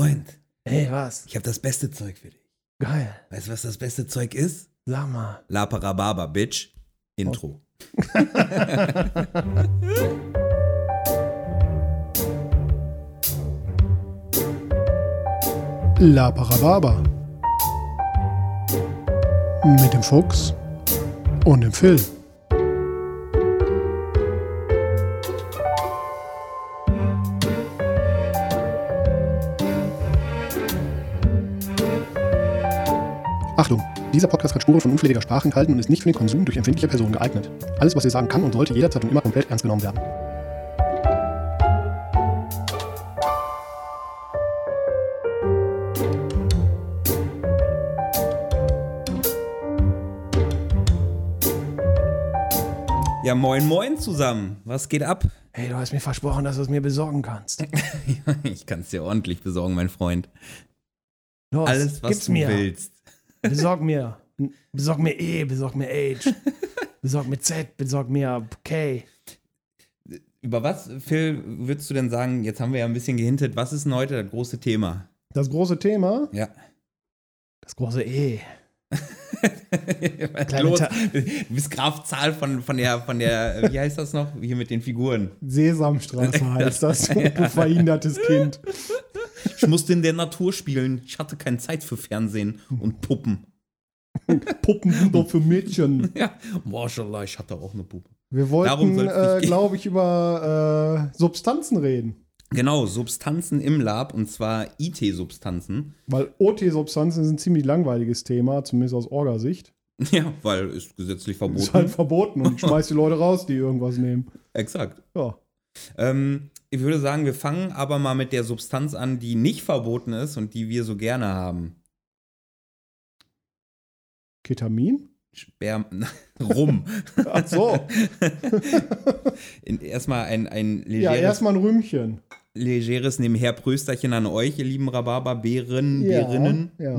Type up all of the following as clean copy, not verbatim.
Freund, Hey, was? ich habe das beste Zeug für dich. Geil. Weißt du, was das beste Zeug ist? Sag mal. La Parababa, Bitch. Intro. La Parababa. Mit dem Fuchs und dem Phil. Achtung! Dieser Podcast hat Spuren von unflätiger Sprache enthalten und ist nicht für den Konsum durch empfindliche Personen geeignet. Alles, was ihr sagen kann und sollte jederzeit und immer komplett ernst genommen werden. Ja, moin, moin zusammen. Was geht ab? Hey, du hast mir versprochen, dass du es mir besorgen kannst. Ich kann es dir ordentlich besorgen, mein Freund. Los, Alles, was gib's du mir. willst. Besorg mir. Besorg mir E, besorg mir H. Besorg mir Z, besorg mir K. Über was, Phil, würdest du denn sagen, jetzt haben wir ja ein bisschen gehintet, was ist denn heute das große Thema? Das große Thema? Ja. Das große E. Los, du bist Graf Zahl von der, wie heißt das noch? Hier mit den Figuren. Sesamstraße heißt das, du verhindertes Kind. Ich musste in der Natur spielen. Ich hatte keine Zeit für Fernsehen und Puppen. Puppenbude für Mädchen. Ja, Mashallah, ich hatte auch eine Puppe. Wir Darum wollten, soll's nicht gehen. glaube ich, über Substanzen reden. Genau, Substanzen im Lab, und zwar IT-Substanzen. Weil OT-Substanzen sind ein ziemlich langweiliges Thema, zumindest aus Orga-Sicht. Ja, weil ist gesetzlich verboten. Ist halt verboten und ich schmeiß die Leute raus, die irgendwas nehmen. Exakt. Ja. Ich würde sagen, wir fangen aber mal mit der Substanz an, die nicht verboten ist und die wir so gerne haben. Ketamin? Rum. Ach so. Erstmal ein Ja, legeres, erstmal ein Rühmchen. legeres Nebenher-Prösterchen an euch, ihr lieben Rhabarber-Bärinnen. Ja.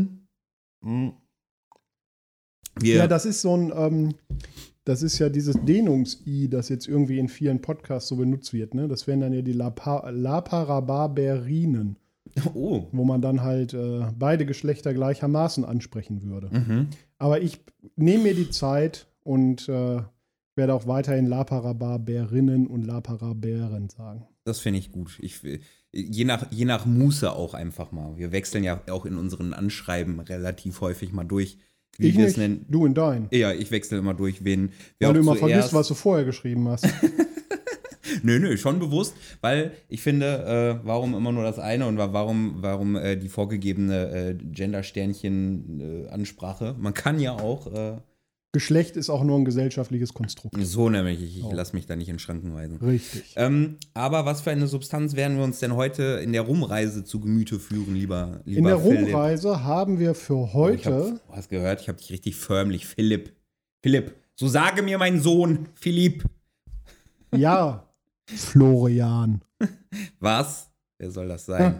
Wir, Das ist so ein, das ist ja dieses Dehnungs-I, das jetzt irgendwie in vielen Podcasts so benutzt wird. Ne? Das wären dann ja die Laparabarberinen, oh. wo man dann halt beide Geschlechter gleichermaßen ansprechen würde. Mhm. Aber ich nehme mir die Zeit und werde auch weiterhin Laparabarberinnen und Laparabären sagen. Das finde ich gut. Je nach Muße auch einfach mal. Wir wechseln ja auch in unseren Anschreiben relativ häufig mal durch, wie Ich wir es nicht, nennen. du in dein. Ja, ich wechsle immer durch, wer Weil auch du immer zuerst. vergisst, was du vorher geschrieben hast. Nö, schon bewusst, weil ich finde, warum immer nur das eine und warum die vorgegebene Gender-Sternchen-Ansprache? Man kann ja auch Geschlecht ist auch nur ein gesellschaftliches Konstrukt. so, nämlich, ich Oh. lasse mich da nicht in Schranken weisen. Richtig. Aber was für eine Substanz werden wir uns denn heute in der Rumreise zu Gemüte führen, lieber In der Philipp? Rumreise haben wir für heute. Du hast gehört, ich habe dich richtig förmlich. Philipp, so sage mir mein Sohn, Philipp. Ja, Florian. Was? Wer soll das sein?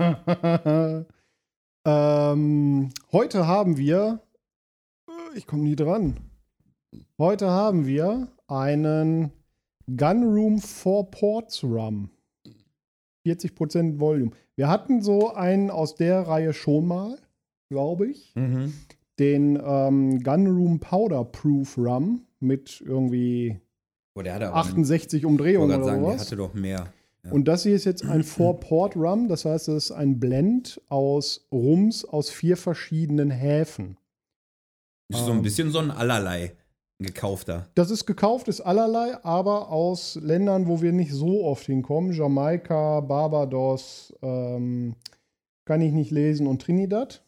Heute haben wir. Ich komme nie dran. Heute haben wir einen Gunroom 4 Ports Rum. 40% Volume. Wir hatten so einen aus der Reihe schon mal, glaube ich. Mhm. Den Gunroom Powder Proof Rum mit irgendwie Oh, der hatte auch 68 ich Umdrehungen wollte oder gerade sagen, der sowas. hatte doch mehr. Ja. Und das hier ist jetzt ein 4-Port-Rum, das heißt, es ist ein Blend aus Rums aus 4 verschiedenen Häfen. Das ist so ein bisschen so ein allerlei gekaufter. Das ist gekauft, ist allerlei, aber aus Ländern, wo wir nicht so oft hinkommen. Jamaika, Barbados, kann ich nicht lesen, und Trinidad.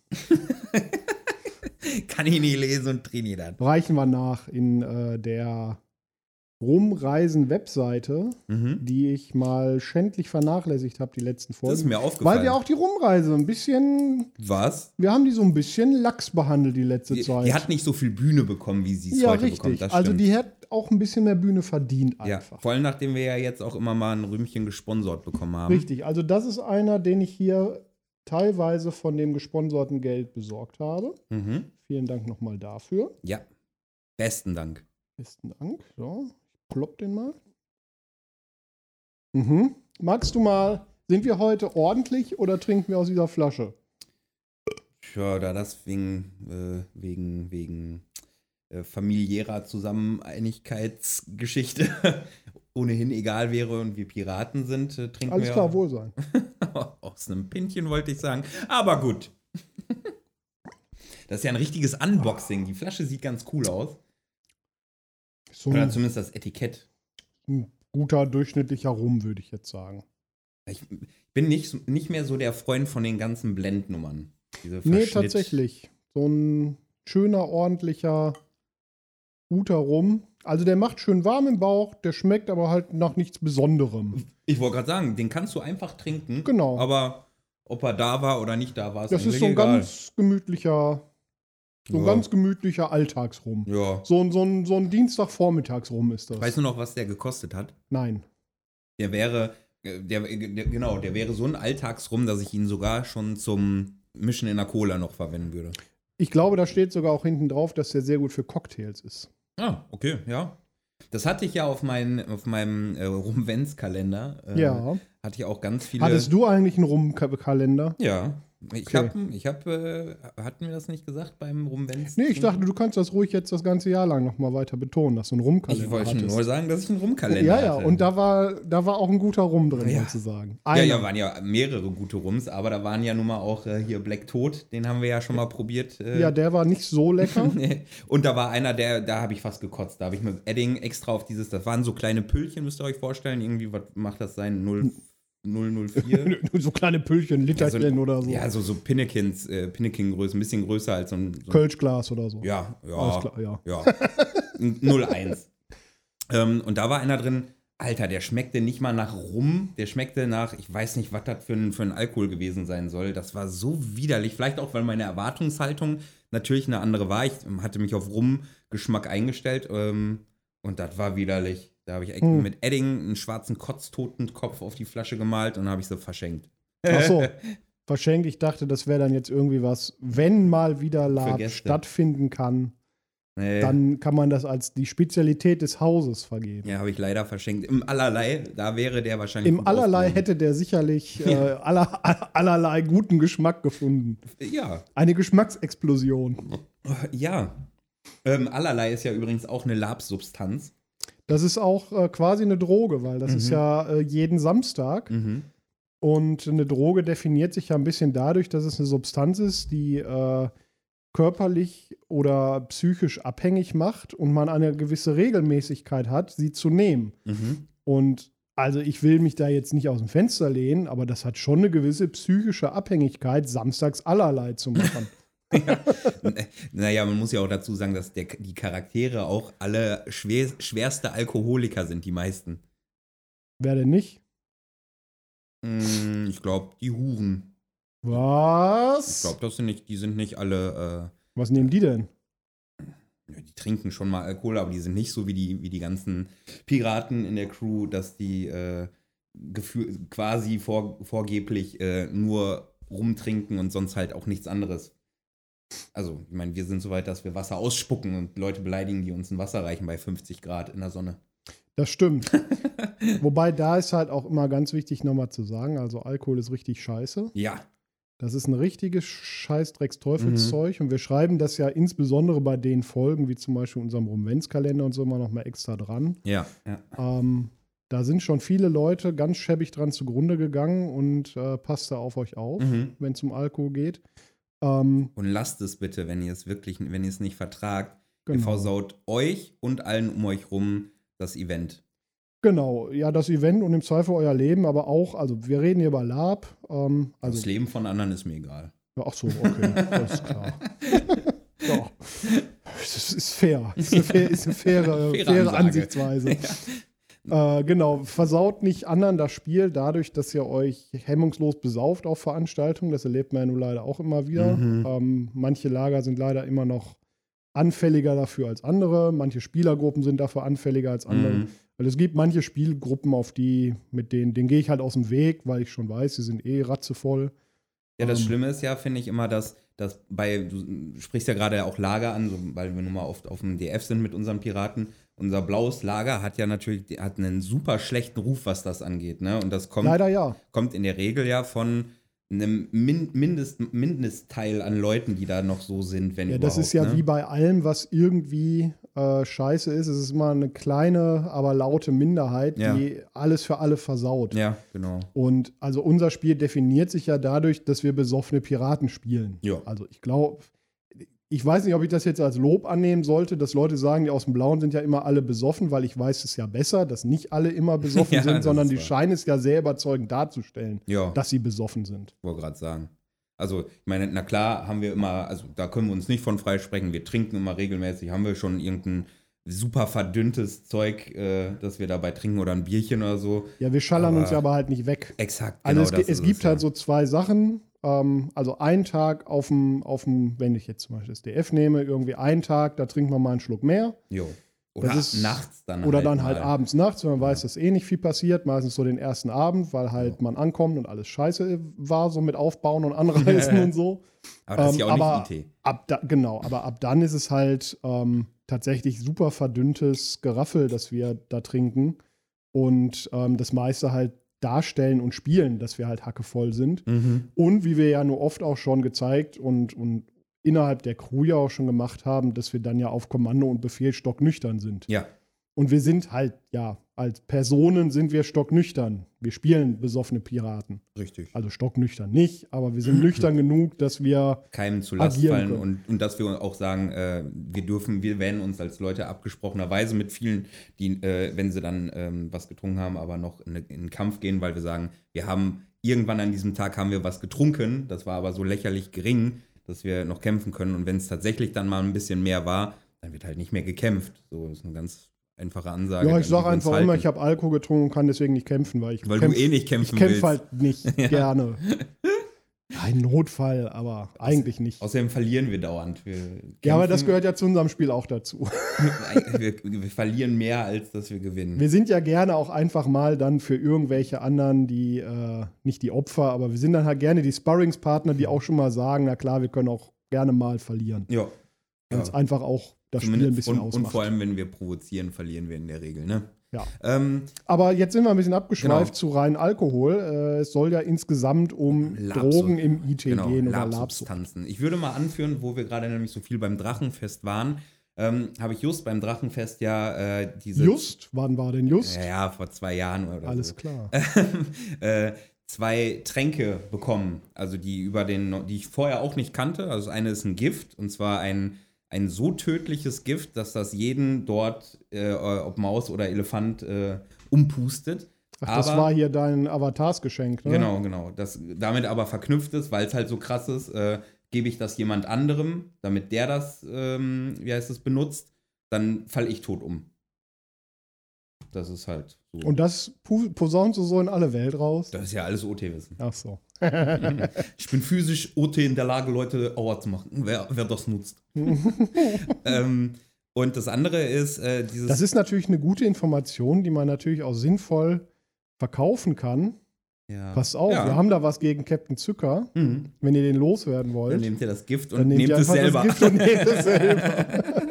Kann ich nicht lesen und Trinidad. Reichen wir nach in der Rumreisen-Webseite, die ich mal schändlich vernachlässigt habe, die letzten Das Folgen. ist mir aufgefallen. Weil wir auch die Rumreise ein bisschen, Was? wir haben die so ein bisschen lax behandelt die letzte Zeit. Die hat nicht so viel Bühne bekommen, wie sie es ja, heute richtig. bekommt. Das Also stimmt. die hat auch ein bisschen mehr Bühne verdient Ja, einfach. vor allem nachdem wir ja jetzt auch immer mal ein Rühmchen gesponsert bekommen haben. Richtig, also das ist einer, den ich hier teilweise von dem gesponserten Geld besorgt habe. Mhm. Vielen Dank nochmal dafür. Ja, besten Dank. Besten Dank. So, ich plopp den mal. Magst du mal Sind wir heute ordentlich oder trinken wir aus dieser Flasche? Ja, da das wegen familiärer Zusammeneinigkeitsgeschichte ohnehin egal wäre und wir Piraten sind, trinken Alles wir klar, wohl sein. aus einem Pinchen, wollte ich sagen. Aber gut. Das ist ja ein richtiges Unboxing. Die Flasche sieht ganz cool aus. So Oder ein zumindest das Etikett. guter, durchschnittlicher Rum, würde ich jetzt sagen. Ich bin nicht mehr so der Freund von den ganzen Blendnummern. Diese Nee, Verschnitt- tatsächlich. So ein schöner, ordentlicher, guter Rum. Also der macht schön warm im Bauch, der schmeckt aber halt nach nichts Besonderem. Ich wollte gerade sagen, den kannst du einfach trinken. Genau. Aber ob er da war oder nicht da war, ist Das ist eigentlich so ein egal. ganz gemütlicher Alltagsrum. Ja. So ein Dienstagvormittagsrum ist das. Weißt du noch, was der gekostet hat? Nein. Der wäre so ein Alltagsrum, dass ich ihn sogar schon zum Mischen in der Cola noch verwenden würde. Ich glaube, da steht sogar auch hinten drauf, dass der sehr gut für Cocktails ist. Ah, okay, ja. Das hatte ich ja auf meinem Rum-Vents-Kalender. Ja. Hatte ich auch ganz viele. Hattest du eigentlich einen Rumkalender? Ja. Okay. Hatten wir das nicht gesagt beim Rum-Vents? Nee, ich dachte, du kannst das ruhig jetzt das ganze Jahr lang nochmal weiter betonen, dass du einen Rumkalender Ich wollte hattest. nur sagen, dass ich einen Rumkalender Ja, hatte. und da war auch ein guter Rum drin, Ja. sozusagen. Ja, waren ja mehrere gute Rums, aber da waren ja nun mal auch hier Black Tod, den haben wir ja schon mal probiert. Ja, der war nicht so lecker. Und da war einer, da habe ich fast gekotzt. Da habe ich mit Edding extra auf das waren so kleine Püllchen, müsst ihr euch vorstellen. Irgendwie, was macht das sein? 004? So kleine Püllchen, Literchen oder so. Ja, so Pinnekin-Größe, ein bisschen größer als so ein Kölschglas oder so. Ja, Alles klar, ja. 01. Und da war einer drin, Alter, der schmeckte nicht mal nach Rum, der schmeckte nach, ich weiß nicht, was das für ein Alkohol gewesen sein soll. Das war so widerlich. Vielleicht auch, weil meine Erwartungshaltung natürlich eine andere war. Ich hatte mich auf Rum-Geschmack eingestellt und das war widerlich. Da habe ich mit Edding einen schwarzen Kotztotenkopf auf die Flasche gemalt und habe ich sie verschenkt. Ach so, verschenkt. Ich dachte, das wäre dann jetzt irgendwie was, wenn mal wieder Für Lab Gäste. stattfinden kann, Nee. dann kann man das als die Spezialität des Hauses vergeben. Ja, habe ich leider verschenkt. Im Allerlei, da wäre der wahrscheinlich. Im gut Allerlei aufgehoben. hätte der sicherlich allerlei guten Geschmack gefunden. Ja. Eine Geschmacksexplosion. Ja. Allerlei ist ja übrigens auch eine Labsubstanz. Das ist auch quasi eine Droge, weil das ist ja jeden Samstag. Und eine Droge definiert sich ja ein bisschen dadurch, dass es eine Substanz ist, die körperlich oder psychisch abhängig macht und man eine gewisse Regelmäßigkeit hat, sie zu nehmen. Und also ich will mich da jetzt nicht aus dem Fenster lehnen, aber das hat schon eine gewisse psychische Abhängigkeit, samstags allerlei zu machen. Ja. Naja, man muss ja auch dazu sagen, dass die Charaktere auch alle schwerste Alkoholiker sind, die meisten. Wer denn nicht? Ich glaube, die Huren. Ich Was? glaube, die sind nicht alle. Was nehmen die denn? Die trinken schon mal Alkohol, aber die sind nicht so wie die ganzen Piraten in der Crew, dass die quasi vorgeblich nur rumtrinken und sonst halt auch nichts anderes. Also, ich meine, wir sind so weit, dass wir Wasser ausspucken und Leute beleidigen, die uns ein Wasser reichen bei 50 Grad in der Sonne. Das stimmt. Wobei da ist halt auch immer ganz wichtig nochmal zu sagen, also Alkohol ist richtig scheiße. Ja. Das ist ein richtiges Scheißdrecks-Teufelszeug und wir schreiben das ja insbesondere bei den Folgen, wie zum Beispiel unserem Rum-Vents-Kalender und so, mal nochmal extra dran. Ja. Da sind schon viele Leute ganz schäbig dran zugrunde gegangen und passt da auf euch auf, wenn es um Alkohol geht. Und lasst es bitte, wenn ihr es nicht vertragt. Ihr Genau. versaut euch und allen um euch rum das Event. Genau, ja, das Event und im Zweifel euer Leben, aber auch, also wir reden hier über Lab. Das Leben von anderen ist mir egal. Ja, ach so, okay, das ist klar. Ja. Das ist fair. Das ist eine faire Ansage. Ansichtsweise. Genau, versaut nicht anderen das Spiel dadurch, dass ihr euch hemmungslos besauft auf Veranstaltungen. Das erlebt man ja nun leider auch immer wieder. Manche Lager sind leider immer noch anfälliger dafür als andere. Manche Spielergruppen sind dafür anfälliger als andere. Weil es gibt manche Spielgruppen, mit denen gehe ich halt aus dem Weg, weil ich schon weiß, sie sind ratzevoll. Ja, das Schlimme ist ja, finde ich immer, dass du sprichst ja gerade auch Lager an, so, weil wir nun mal oft auf dem DF sind mit unseren Piraten. unser blaues Lager hat ja natürlich hat einen super schlechten Ruf, was das angeht. Ne? Und das Leider ja. kommt in der Regel ja von einem Mindestteil an Leuten, die da noch so sind, wenn Ja, überhaupt. das ist ja ne? wie bei allem, was irgendwie scheiße ist. Es ist immer eine kleine, aber laute Minderheit, Ja. die alles für alle versaut. Ja, genau. Und also unser Spiel definiert sich ja dadurch, dass wir besoffene Piraten spielen. Ja. Also ich weiß nicht, ob ich das jetzt als Lob annehmen sollte, dass Leute sagen, die aus dem Blauen sind ja immer alle besoffen, weil ich weiß es ja besser, dass nicht alle immer besoffen Ja, sind, das sondern ist die wahr. scheinen es ja sehr überzeugend darzustellen, Ja. dass sie besoffen sind. Wollte gerade sagen. Also, ich meine, na klar haben wir immer, also da können wir uns nicht von freisprechen, wir trinken immer regelmäßig, haben wir schon irgendein super verdünntes Zeug, das wir dabei trinken oder ein Bierchen oder so. Ja, wir schallern Aber- uns ja aber halt nicht weg. Exakt, Also genau es, das es ist gibt ja. halt so zwei Sachen. Also einen Tag auf dem, wenn ich jetzt zum Beispiel das DF nehme, irgendwie einen Tag, da trinkt man mal einen Schluck mehr. Jo. Oder Das ist- nachts dann Oder halt dann halt mal. abends, nachts, wenn man weiß, dass eh nicht viel passiert. Meistens so den ersten Abend, weil halt man ankommt und alles scheiße war, so mit Aufbauen und Anreißen und so. Aber das ist ja auch aber nicht IT. aber ab dann ist es halt tatsächlich super verdünntes Geraffel, das wir da trinken. Und das meiste halt darstellen und spielen, dass wir halt hackevoll sind. Mhm. Und wie wir ja nur oft auch schon gezeigt und innerhalb der Crew ja auch schon gemacht haben, dass wir dann ja auf Kommando und Befehl stocknüchtern sind. Ja, Und wir sind halt, ja, als Personen sind wir stocknüchtern. Wir spielen besoffene Piraten. richtig. Also stocknüchtern nicht, aber wir sind nüchtern genug, dass wir Keinem zu Last agieren fallen können. und dass wir auch sagen, wir werden uns als Leute abgesprochenerweise mit vielen, die, wenn sie dann was getrunken haben, aber noch in den Kampf gehen, weil wir sagen, wir haben irgendwann an diesem Tag haben wir was getrunken, das war aber so lächerlich gering, dass wir noch kämpfen können und wenn es tatsächlich dann mal ein bisschen mehr war, dann wird halt nicht mehr gekämpft. So ist eine ganz einfache Ansage. Ja, ich sage an die wir uns einfach immer, halten. ich habe Alkohol getrunken und kann deswegen nicht kämpfen, weil ich Weil kämpf, du eh nicht kämpfen ich kämpfe willst. halt nicht gerne. Ein Notfall, aber eigentlich nicht. Außerdem verlieren wir dauernd. Wir Ja, aber das kämpfen- gehört ja zu unserem Spiel auch dazu. wir verlieren mehr, als dass wir gewinnen. Wir sind ja gerne auch einfach mal dann für irgendwelche anderen, die, nicht die Opfer, aber wir sind dann halt gerne die Sparringspartner, die auch schon mal sagen, na klar, wir können auch gerne mal verlieren. Ja. Wenn es einfach auch das Spiel ein bisschen und ausmacht. vor allem, wenn wir provozieren, verlieren wir in der Regel, ne? Ja. Ähm, Aber jetzt sind wir ein bisschen abgeschweift Genau. zu rein Alkohol. Es soll ja insgesamt um Labsub- Drogen im IT genau, gehen oder Labsub. Labsubstanzen. Ich würde mal anführen, wo wir gerade nämlich so viel beim Drachenfest waren, habe ich just beim Drachenfest ja diese... Just? Wann war denn Just? Ja, vor 2 Jahren oder Alles so. klar. 2 Tränke bekommen, also die ich vorher auch nicht kannte. Also das eine ist ein Gift, und zwar ein so tödliches Gift, dass das jeden dort, ob Maus oder Elefant, umpustet. Ach, das war hier dein Avatarsgeschenk, ne? Genau. Das damit aber verknüpft ist, weil es halt so krass ist, gebe ich das jemand anderem, damit der das, benutzt, dann falle ich tot um. Das ist halt so. Und das posaunst du so in alle Welt raus? Das ist ja alles OT-Wissen. Ach so. Ich bin physisch OT in der Lage, Leute Aua zu machen, wer das nutzt. Und das andere ist dieses... Das ist natürlich eine gute Information, die man natürlich auch sinnvoll verkaufen kann. ja. Passt auf, Ja. wir haben da was gegen Captain Zucker. Mhm. Wenn ihr den loswerden wollt, Dann nehmt ihr das Gift dann und nehmt ihr es einfach selber. Das Gift und nehmt es selber.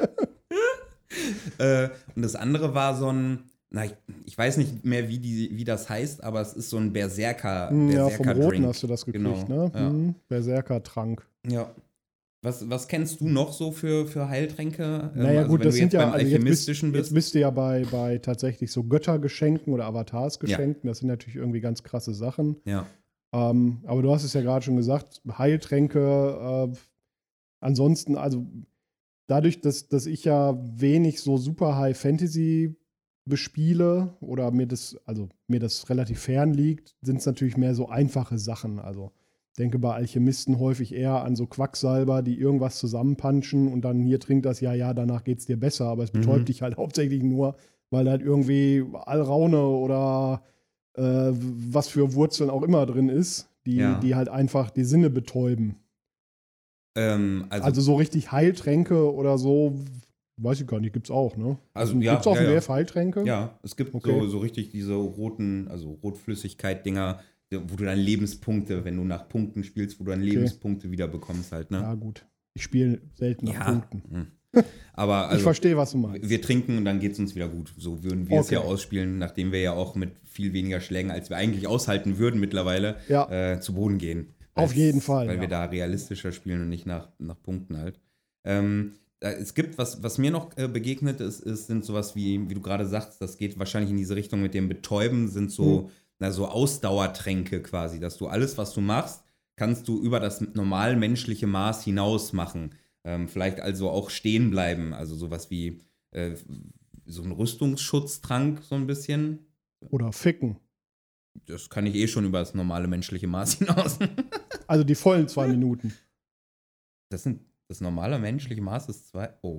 Und das andere war so ein, ich weiß nicht mehr, wie das heißt, aber es ist so ein Berserker. Ja, vom Berserker-Drink. Roten hast du das gekriegt, Genau, ne? ja. Berserker-Trank. Ja. Was kennst du noch so für Heiltränke? Naja, gut, wenn das du sind jetzt ja, beim also Alchemistischen jetzt bist. bist du ja bei tatsächlich so Göttergeschenken oder Avatarsgeschenken. Das sind natürlich irgendwie ganz krasse Sachen. Ja. Aber du hast es ja gerade schon gesagt, Heiltränke, ansonsten, also dadurch, dass ich ja wenig so super High Fantasy bespiele oder mir das relativ fern liegt, sind es natürlich mehr so einfache Sachen. Also ich denke bei Alchemisten häufig eher an so Quacksalber, die irgendwas zusammenpanschen und dann hier trinkt das, ja, danach geht's dir besser, aber es betäubt dich halt hauptsächlich nur, weil halt irgendwie Alraune oder was für Wurzeln auch immer drin ist, die halt einfach die Sinne betäuben. Also so richtig Heiltränke oder so, weiß ich gar nicht, gibt's auch, ne? Also, Gibt's ja, auf dem ja. WF Heiltränke? Ja, es gibt Okay. so richtig diese roten, also Rotflüssigkeit-Dinger, wo du dann Lebenspunkte, wenn du nach Punkten spielst, wo du dann Lebenspunkte wieder bekommst halt, ne? Ja, gut. Ich spiele selten nach Punkten. Aber Ich also, verstehe, was du meinst. wir trinken und dann geht es uns wieder gut. So würden wir es Okay. ja ausspielen, nachdem wir ja auch mit viel weniger Schlägen, als wir eigentlich aushalten würden mittlerweile, zu Boden gehen. Auf jeden Fall, Weil ja. wir da realistischer spielen und nicht nach Punkten halt. Es gibt, was mir noch begegnet ist, sind sowas wie du gerade sagst, das geht wahrscheinlich in diese Richtung mit dem Betäuben, sind so, so Ausdauertränke quasi, dass du alles, was du machst, kannst du über das normal menschliche Maß hinaus machen. Vielleicht also auch stehen bleiben, also sowas wie so ein Rüstungsschutztrank so ein bisschen. Oder ficken. Das kann ich schon über das normale menschliche Maß hinaus. Also die vollen 2 Minuten. Das normale menschliche Maß ist 2. Oh.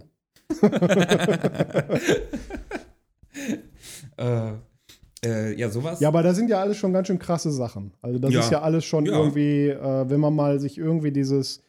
Ja, sowas. Ja, aber das sind ja alles schon ganz schön krasse Sachen. Also das Ja. ist ja alles schon Ja. irgendwie, wenn man mal sich irgendwie dieses,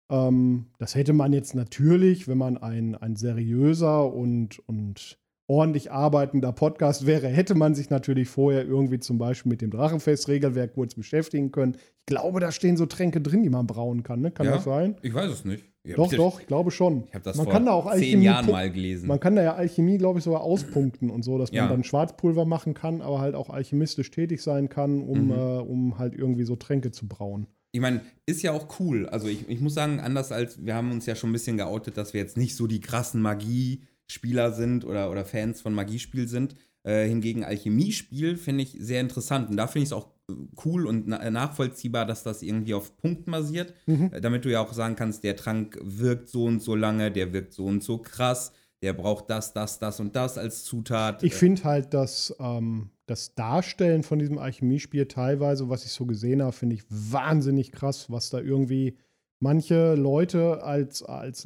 das hätte man jetzt natürlich, wenn man ein seriöser und ordentlich arbeitender Podcast wäre, hätte man sich natürlich vorher irgendwie zum Beispiel mit dem Drachenfest-Regelwerk kurz beschäftigen können. Ich glaube, da stehen so Tränke drin, die man brauen kann, ne? Kann Ja? das sein? Ich weiß es nicht. Doch, ich glaube schon. Ich habe das Man vor kann da auch 10 Jahren Alchemie- mal gelesen. Man kann da ja Alchemie, glaube ich, sogar auspunkten und so, dass man Ja. dann Schwarzpulver machen kann, aber halt auch alchemistisch tätig sein kann, um halt irgendwie so Tränke zu brauen. Ich meine, ist ja auch cool. Also ich muss sagen, anders als, wir haben uns ja schon ein bisschen geoutet, dass wir jetzt nicht so die krassen Magiespieler sind oder Fans von Magiespiel sind. Hingegen Alchemiespiel finde ich sehr interessant. Und da finde ich es auch cool und nachvollziehbar, dass das irgendwie auf Punkten basiert. Damit du ja auch sagen kannst, der Trank wirkt so und so lange, der wirkt so und so krass, der braucht das und das als Zutat. Ich finde halt, dass das Darstellen von diesem Alchemiespiel teilweise, was ich so gesehen habe, finde ich wahnsinnig krass, was da irgendwie manche Leute als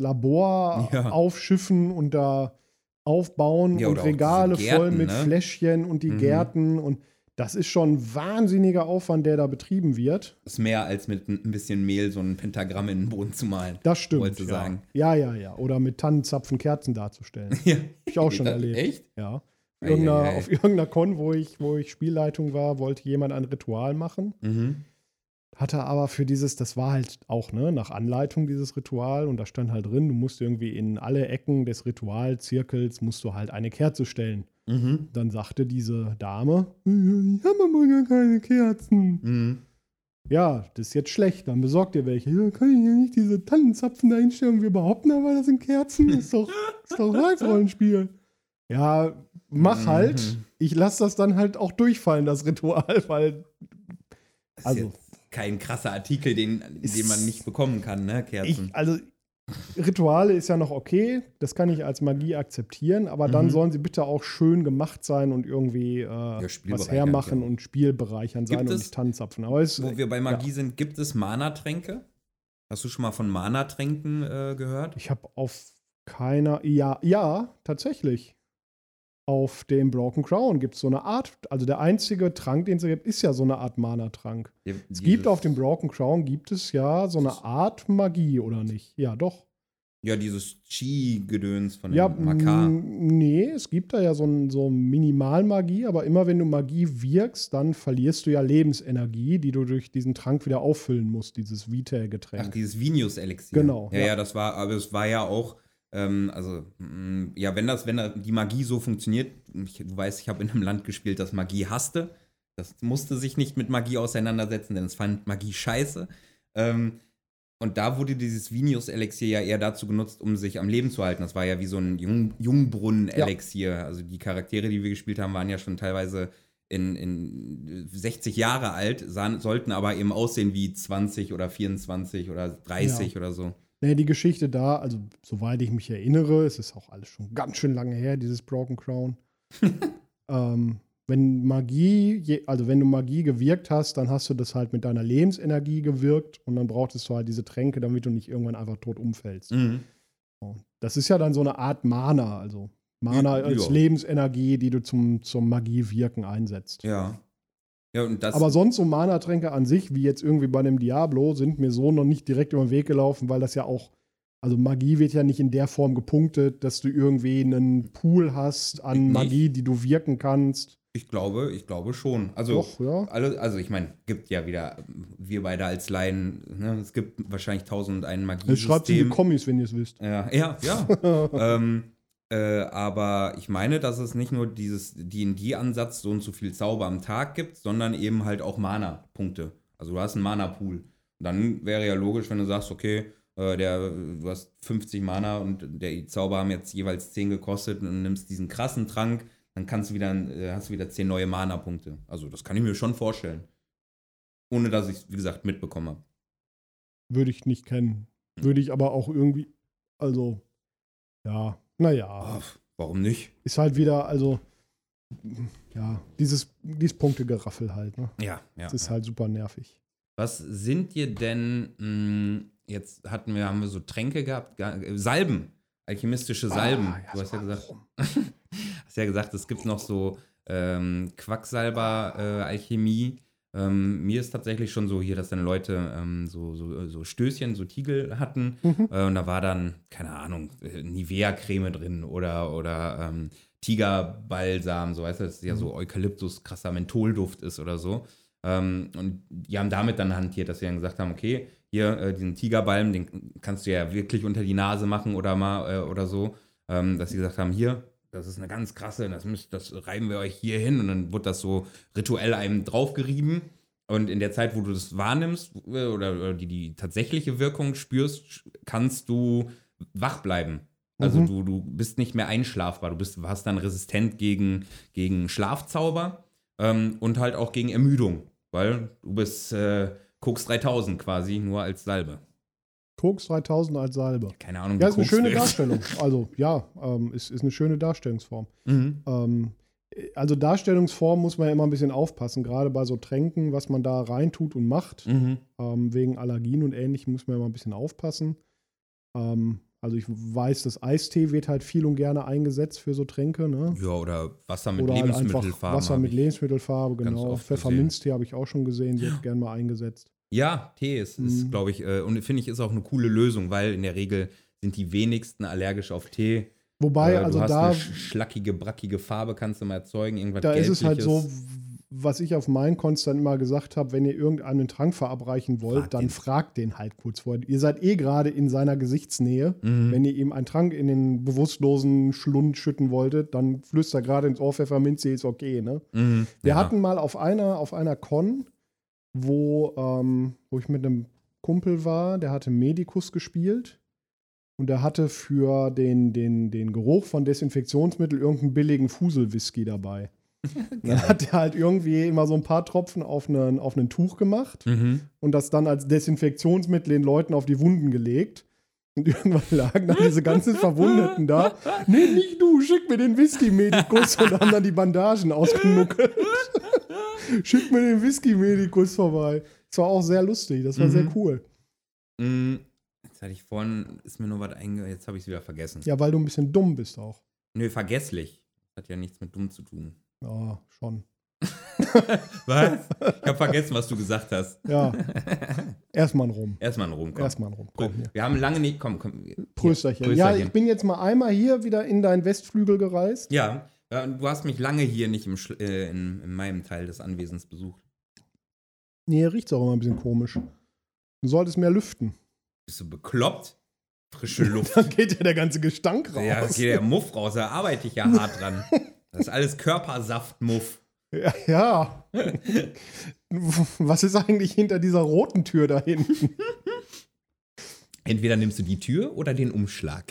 Labor Ja. aufschiffen und da aufbauen Ja, und oder auch Regale diese voll Gärten, mit ne? Fläschchen und die Gärten und das ist schon ein wahnsinniger Aufwand, der da betrieben wird. Ist mehr als mit ein bisschen Mehl so ein Pentagramm in den Boden zu malen. Das stimmt. Wolltest du sagen. Ja. Oder mit Tannenzapfen Kerzen darzustellen. Ja. Hab ich auch schon Das- erlebt. Echt? Ja. Ei. Auf irgendeiner Con, wo ich Spielleitung war, wollte jemand ein Ritual machen. Mhm. Hatte aber für dieses, das war halt auch nach Anleitung dieses Ritual und da stand halt drin, du musst irgendwie in alle Ecken des Ritualzirkels musst du halt eine Kerze stellen. Mhm. Dann sagte diese Dame, ich habe aber gar keine Kerzen. Mhm. Ja, das ist jetzt schlecht, dann besorgt ihr welche. Ja, kann ich ja nicht diese Tannenzapfen da hinstellen und wir behaupten aber, das sind Kerzen. Ist doch Live-Rollenspiel. Ja, mach halt. Ich lasse das dann halt auch durchfallen, das Ritual, weil Das Also- ist jetzt kein krasser Artikel, den man nicht bekommen kann, ne? Kerzen. Rituale ist ja noch okay, das kann ich als Magie akzeptieren, aber dann sollen sie bitte auch schön gemacht sein und irgendwie was spielbereichernd, hermachen ja. und spielbereichernd sein Gibt und es- nicht Tannenzapfen. Aber es, Wo wir bei Magie sind, gibt es Mana-Tränke? Hast du schon mal von Mana-Tränken gehört? ich habe auf keiner, ja, tatsächlich. Auf dem Broken Crown gibt es so eine Art, also der einzige Trank, den es gibt, ist ja so eine Art Mana-Trank. Es gibt auf dem Broken Crown, gibt es ja so eine Art Magie, oder nicht? Ja, doch. Ja, dieses Chi-Gedöns von dem Ja, Makar. nee, es gibt da ja so Minimalmagie, aber immer wenn du Magie wirkst, dann verlierst du ja Lebensenergie, die du durch diesen Trank wieder auffüllen musst, dieses Vitae-Getränk. Ach, dieses Vinius-Elixier. Genau, Ja, ja. ja, das war, aber es war ja auch, wenn die Magie so funktioniert, du weißt, ich habe in einem Land gespielt, das Magie hasste. Das musste sich nicht mit Magie auseinandersetzen, denn es fand Magie scheiße. Und da wurde dieses Vinius-Elixier ja eher dazu genutzt, um sich am Leben zu halten. Das war ja wie so ein Jungbrunnen-Elixier. Also die Charaktere, die wir gespielt haben, waren ja schon teilweise in 60 Jahre alt, sollten aber eben aussehen wie 20 oder 24 oder 30 oder so. Nee, die Geschichte da, also soweit ich mich erinnere, es ist auch alles schon ganz schön lange her, dieses Broken Crown. Wenn du Magie gewirkt hast, dann hast du das halt mit deiner Lebensenergie gewirkt und dann brauchtest du halt diese Tränke, damit du nicht irgendwann einfach tot umfällst. Mhm. Das ist ja dann so eine Art Mana, also Mana Ja. als Lebensenergie, die du zum Magiewirken einsetzt. Ja. Ja, und das. Aber sonst so Mana-Tränke an sich, wie jetzt irgendwie bei einem Diablo, sind mir so noch nicht direkt über den Weg gelaufen, weil das ja auch, also Magie wird ja nicht in der Form gepunktet, dass du irgendwie einen Pool hast an Nicht. Magie, die du wirken kannst. Ich glaube schon. Also, Doch, ja. also ich meine, gibt ja wieder, wir beide als Laien, ne, es gibt wahrscheinlich 1001 Jetzt schreibt in die Magiesystem. Kommis, wenn ihr es wisst. Ja. Aber ich meine, dass es nicht nur dieses D&D-Ansatz, so und so viel Zauber am Tag gibt, sondern eben halt auch Mana-Punkte. Also du hast einen Mana-Pool. Dann wäre ja logisch, wenn du sagst, okay, du hast 50 Mana und die Zauber haben jetzt jeweils 10 gekostet und du nimmst diesen krassen Trank, dann hast du wieder 10 neue Mana-Punkte. Also das kann ich mir schon vorstellen. Ohne dass ich es, wie gesagt, mitbekommen habe. Würde ich nicht kennen. Würde ich aber auch irgendwie, also, ja, naja. Warum nicht? Ist halt wieder, also, ja, dieses Punktegeraffel halt, ne? Ja. Das ist halt super nervig. Was sind dir denn, jetzt haben wir so Tränke gehabt, Salben, alchemistische Salben. Du hast ja gesagt, es gibt noch so Quacksalber-Alchemie. Mir ist tatsächlich schon so hier, dass dann Leute so Stößchen, so Tiegel hatten. Und da war dann, keine Ahnung, Nivea-Creme drin oder Tigerbalsam, so weißt du, dass ja so Eukalyptus, krasser Mentholduft ist oder so. Und die haben damit dann hantiert, dass sie dann gesagt haben, okay, hier, diesen Tigerbalm, den kannst du ja wirklich unter die Nase machen oder so. Dass sie gesagt haben, hier, das ist eine ganz krasse, das reiben wir euch hier hin. Und dann wird das so rituell einem draufgerieben. Und in der Zeit, wo du das wahrnimmst oder die tatsächliche Wirkung spürst, kannst du wach bleiben. Also du bist nicht mehr einschlafbar. Du hast dann resistent gegen Schlafzauber und halt auch gegen Ermüdung. Weil du bist Koks 3000 quasi, nur als Salbe. Koks 3000 als Salbe. Keine Ahnung, Ja, ist eine schöne Darstellung. Also, ja, ist eine schöne Darstellungsform. Also, Darstellungsform muss man ja immer ein bisschen aufpassen, gerade bei so Tränken, was man da reintut und macht. Wegen Allergien und Ähnlichem muss man ja immer ein bisschen aufpassen. Also, ich weiß, das Eistee wird halt viel und gerne eingesetzt für so Tränke, ne? Ja, oder Wasser mit Oder halt Lebensmittelfarbe. einfach Wasser mit Lebensmittelfarbe, ganz genau. oft Pfefferminztee habe ich auch schon gesehen, wird gerne mal eingesetzt. Ja, Tee ist glaube ich, und finde ich, ist auch eine coole Lösung, weil in der Regel sind die wenigsten allergisch auf Tee. Wobei, also du hast da. eine schlackige, brackige Farbe kannst du mal erzeugen, irgendwas Da ist es halt Gelbliches. so, was ich auf meinen Cons dann immer gesagt habe, wenn ihr irgendeinen Trank verabreichen wollt, dann fragt den halt kurz vorher. Ihr seid gerade in seiner Gesichtsnähe. Wenn ihr ihm einen Trank in den bewusstlosen Schlund schütten wolltet, dann flüstert gerade ins Ohr Pfefferminztee, ist okay, ne? Wir hatten mal auf einer Con, wo ich mit einem Kumpel war, der hatte Medicus gespielt. Und der hatte für den Geruch von Desinfektionsmittel irgendeinen billigen Fuselwhisky dabei. Dann hat er halt irgendwie immer so ein paar Tropfen auf ein Tuch gemacht und das dann als Desinfektionsmittel den Leuten auf die Wunden gelegt. Und irgendwann lagen dann diese ganzen Verwundeten da. Nee, nicht du, schick mir den Whisky-Medikus und haben dann die Bandagen ausgenuckelt. Schick mir den Whisky-Medikus vorbei. Das war auch sehr lustig, das war sehr cool. Jetzt hatte ich vorhin, ist mir nur was jetzt habe ich es wieder vergessen. Ja, weil du ein bisschen dumm bist auch. Nö, vergesslich. Hat ja nichts mit dumm zu tun. Ja, schon. Was? Ich habe vergessen, was du gesagt hast. Ja. Erstmal rum. Erstmal ein Rum, komm. Erstmal rum. Cool. Komm, hier. Wir haben lange nicht. Komm. Prösterchen. Prösterchen. Ja, ich bin jetzt mal einmal hier wieder in deinen Westflügel gereist. Ja, du hast mich lange hier nicht in meinem Teil des Anwesens besucht. Nee, hier riecht es auch immer ein bisschen komisch. Du solltest mehr lüften. Bist du bekloppt? Frische Luft. Dann geht ja der ganze Gestank raus. Ja, geht der Muff raus, da arbeite ich ja hart dran. Das ist alles Körpersaftmuff. Ja. Was ist eigentlich hinter dieser roten Tür da hinten? Entweder nimmst du die Tür oder den Umschlag.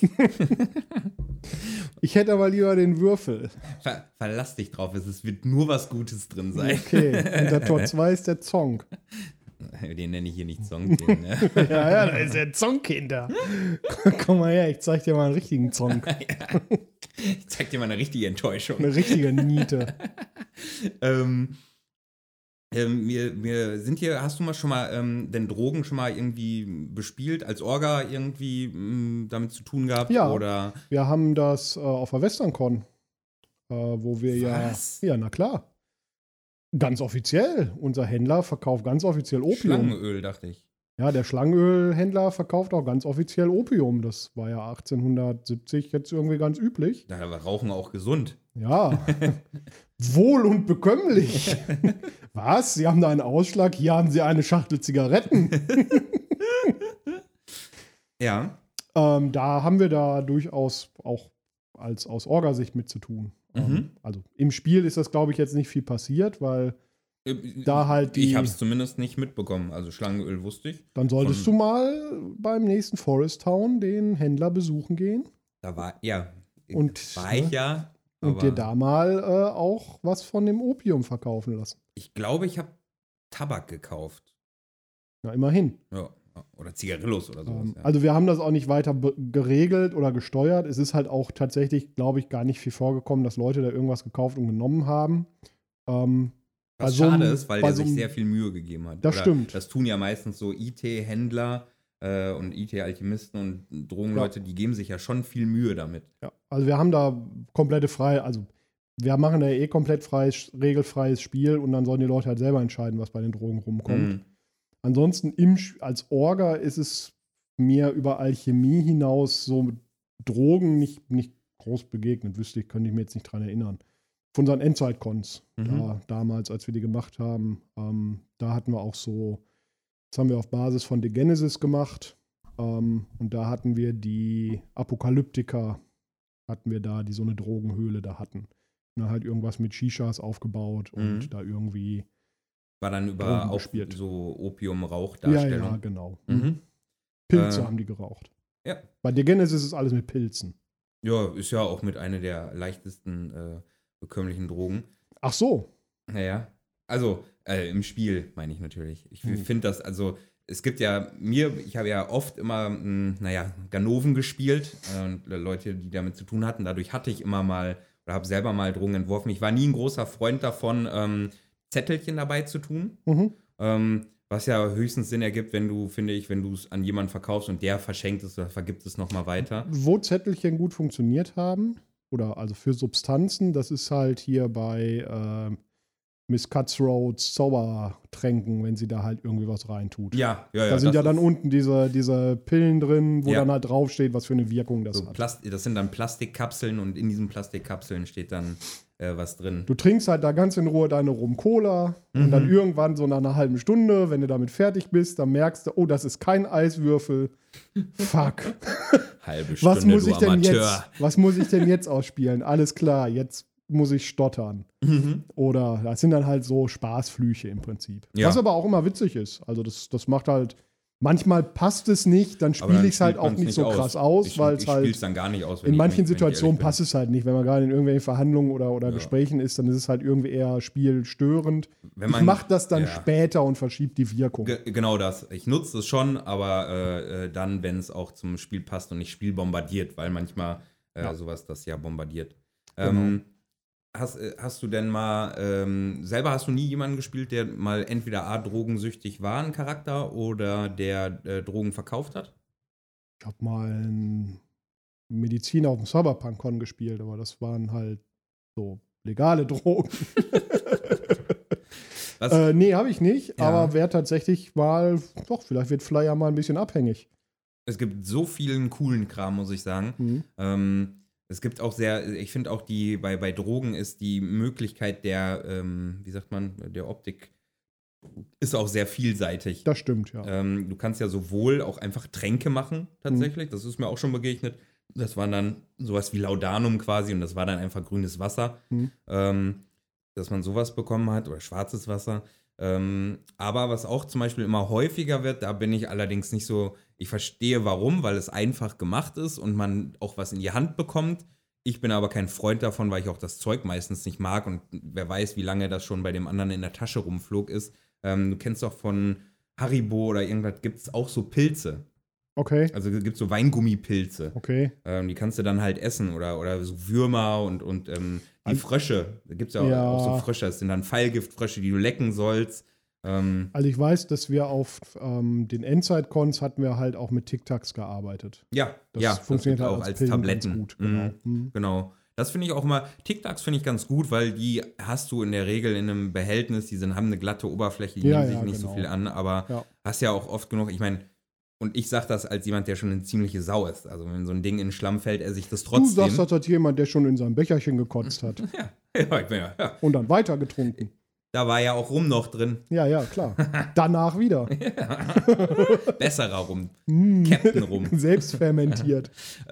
Ich hätte aber lieber den Würfel. Verlass dich drauf, es wird nur was Gutes drin sein. Okay, hinter Tor 2 ist der Zonk. Den nenne ich hier nicht Zonk. Ne? Ja, da ist der Zonk hinter. Komm mal her, ich zeig dir mal einen richtigen Zonk. Ja. Ich zeig dir mal eine richtige Enttäuschung. Eine richtige Niete. Wir sind hier, hast du mal schon mal denn Drogen schon mal irgendwie bespielt, als Orga irgendwie damit zu tun gehabt? Ja, oder? Wir haben das auf der WesternCon, wo wir Was? ja, na klar. Ganz offiziell. Unser Händler verkauft ganz offiziell Opium. Schlangenöl, dachte ich. Ja, der Schlangenölhändler verkauft auch ganz offiziell Opium. Das war ja 1870 jetzt irgendwie ganz üblich. Da war Rauchen auch gesund. Ja. Wohl und bekömmlich. Was? Sie haben da einen Ausschlag? Hier haben Sie eine Schachtel Zigaretten. Ja. Da haben wir da durchaus auch aus Orga-Sicht mit zu tun. Also im Spiel ist das, glaube ich, jetzt nicht viel passiert, weil da halt Ich habe es zumindest nicht mitbekommen. Also Schlangenöl wusste ich. Dann solltest du mal beim nächsten Forest Town den Händler besuchen gehen. Da war, ja. Und, war ich ja. Und dir da mal auch was von dem Opium verkaufen lassen. Ich glaube, ich habe Tabak gekauft. Na, immerhin. Ja. Oder Zigarillos oder sowas. Ja. Also wir haben das auch nicht weiter geregelt oder gesteuert. Es ist halt auch tatsächlich, glaube ich, gar nicht viel vorgekommen, dass Leute da irgendwas gekauft und genommen haben. Was schade ist, weil der sich sehr viel Mühe gegeben hat. Das stimmt. Das tun ja meistens so IT-Händler und IT-Alchemisten und Drogenleute, die geben sich ja schon viel Mühe damit. Ja, also wir haben da komplette Freiheit, also wir machen da komplett regelfreies Spiel und dann sollen die Leute halt selber entscheiden, was bei den Drogen rumkommt. Ansonsten als Orga ist es mir über Alchemie hinaus so mit Drogen nicht groß begegnet, könnte ich mir jetzt nicht dran erinnern. Von unseren Endzeit-Cons, damals, als wir die gemacht haben, da hatten wir auch so, das haben wir auf Basis von The Genesis gemacht, und da hatten wir die Apokalyptiker, die so eine Drogenhöhle da hatten. Und dann halt irgendwas mit Shishas aufgebaut und da irgendwie war dann über auch so Opium-Rauch-Darstellung. Ja, genau. Pilze haben die geraucht. Ja. Bei The Genesis ist alles mit Pilzen. Ja, ist ja auch mit einer der leichtesten bekömmlichen Drogen. Ach so. Naja, also im Spiel meine ich natürlich. Ich finde das, also es gibt ja ich habe ja oft immer, Ganoven gespielt und Leute, die damit zu tun hatten. Dadurch hatte ich immer mal oder habe selber mal Drogen entworfen. Ich war nie ein großer Freund davon, Zettelchen dabei zu tun. Was ja höchstens Sinn ergibt, wenn du es an jemanden verkaufst und der verschenkt es oder vergibt es nochmal weiter. Wo Zettelchen gut funktioniert haben, oder also für Substanzen, das ist halt hier bei Miss Cutthroats Zaubertränken, wenn sie da halt irgendwie was reintut. Ja. Da sind ja dann unten diese Pillen drin, wo dann halt draufsteht, was für eine Wirkung das hat. Das sind dann Plastikkapseln und in diesen Plastikkapseln steht dann was drin. Du trinkst halt da ganz in Ruhe deine Rum-Cola und dann irgendwann so nach einer halben Stunde, wenn du damit fertig bist, dann merkst du, oh, das ist kein Eiswürfel. Fuck. Halbe Stunde, was muss ich denn jetzt ausspielen? Alles klar, jetzt muss ich stottern. Oder das sind dann halt so Spaßflüche im Prinzip. Ja. Was aber auch immer witzig ist. Also das macht halt, manchmal passt es nicht, dann spiele ich es halt auch nicht so krass aus, weil es halt. Ich spiele es dann gar nicht aus. In manchen Situationen passt es halt nicht. Wenn man gerade in irgendwelchen Verhandlungen oder Gesprächen ist, dann ist es halt irgendwie eher spielstörend. Ich mache das dann später und verschiebe die Wirkung. Genau das. Ich nutze es schon, aber dann, wenn es auch zum Spiel passt und nicht spielbombardiert, weil manchmal sowas das ja bombardiert. Genau. Hast du denn mal, selber hast du nie jemanden gespielt, der mal entweder drogensüchtig war, ein Charakter, oder der Drogen verkauft hat? Ich habe mal einen Mediziner auf dem Cyberpunk-Con gespielt, aber das waren halt so legale Drogen. Nee, habe ich nicht, aber wer tatsächlich mal, vielleicht wird Flyer mal ein bisschen abhängig. Es gibt so vielen coolen Kram, muss ich sagen. Es gibt auch ich finde auch bei Drogen ist die Möglichkeit der Optik ist auch sehr vielseitig. Das stimmt, ja. Du kannst ja sowohl auch einfach Tränke machen, tatsächlich. Das ist mir auch schon begegnet. Das war dann sowas wie Laudanum quasi und das war dann einfach grünes Wasser. Dass man sowas bekommen hat oder schwarzes Wasser. Aber was auch zum Beispiel immer häufiger wird, da bin ich allerdings nicht so, ich verstehe warum, weil es einfach gemacht ist und man auch was in die Hand bekommt. Ich bin aber kein Freund davon, weil ich auch das Zeug meistens nicht mag und wer weiß, wie lange das schon bei dem anderen in der Tasche rumflog ist. Du kennst doch von Haribo oder irgendwas, gibt es auch so Pilze. Okay. Also gibt es so Weingummipilze. Okay. Die kannst du dann halt essen oder so Würmer und die Frösche. Da gibt es ja auch so Frösche. Das sind dann Pfeilgiftfrösche, die du lecken sollst. Also ich weiß, dass wir auf den Endzeit-Cons hatten wir halt auch mit Tic-Tacs gearbeitet. Das funktioniert halt auch als Tabletten. Gut, genau. Genau. Das finde ich auch immer, Tic-Tacs finde ich ganz gut, weil die hast du in der Regel in einem Behältnis, haben eine glatte Oberfläche, die nehmen sich nicht so viel an, aber hast ja auch oft genug, ich meine, und ich sage das als jemand, der schon eine ziemliche Sau ist. Also wenn so ein Ding in den Schlamm fällt, esse ich das trotzdem. Du sagst das als jemand, der schon in seinem Becherchen gekotzt hat. Ja, Ja, ja. Und dann weiter getrunken. Da war ja auch Rum noch drin. Ja, klar. Danach wieder. Besserer Rum. Captain Rum. Selbst fermentiert.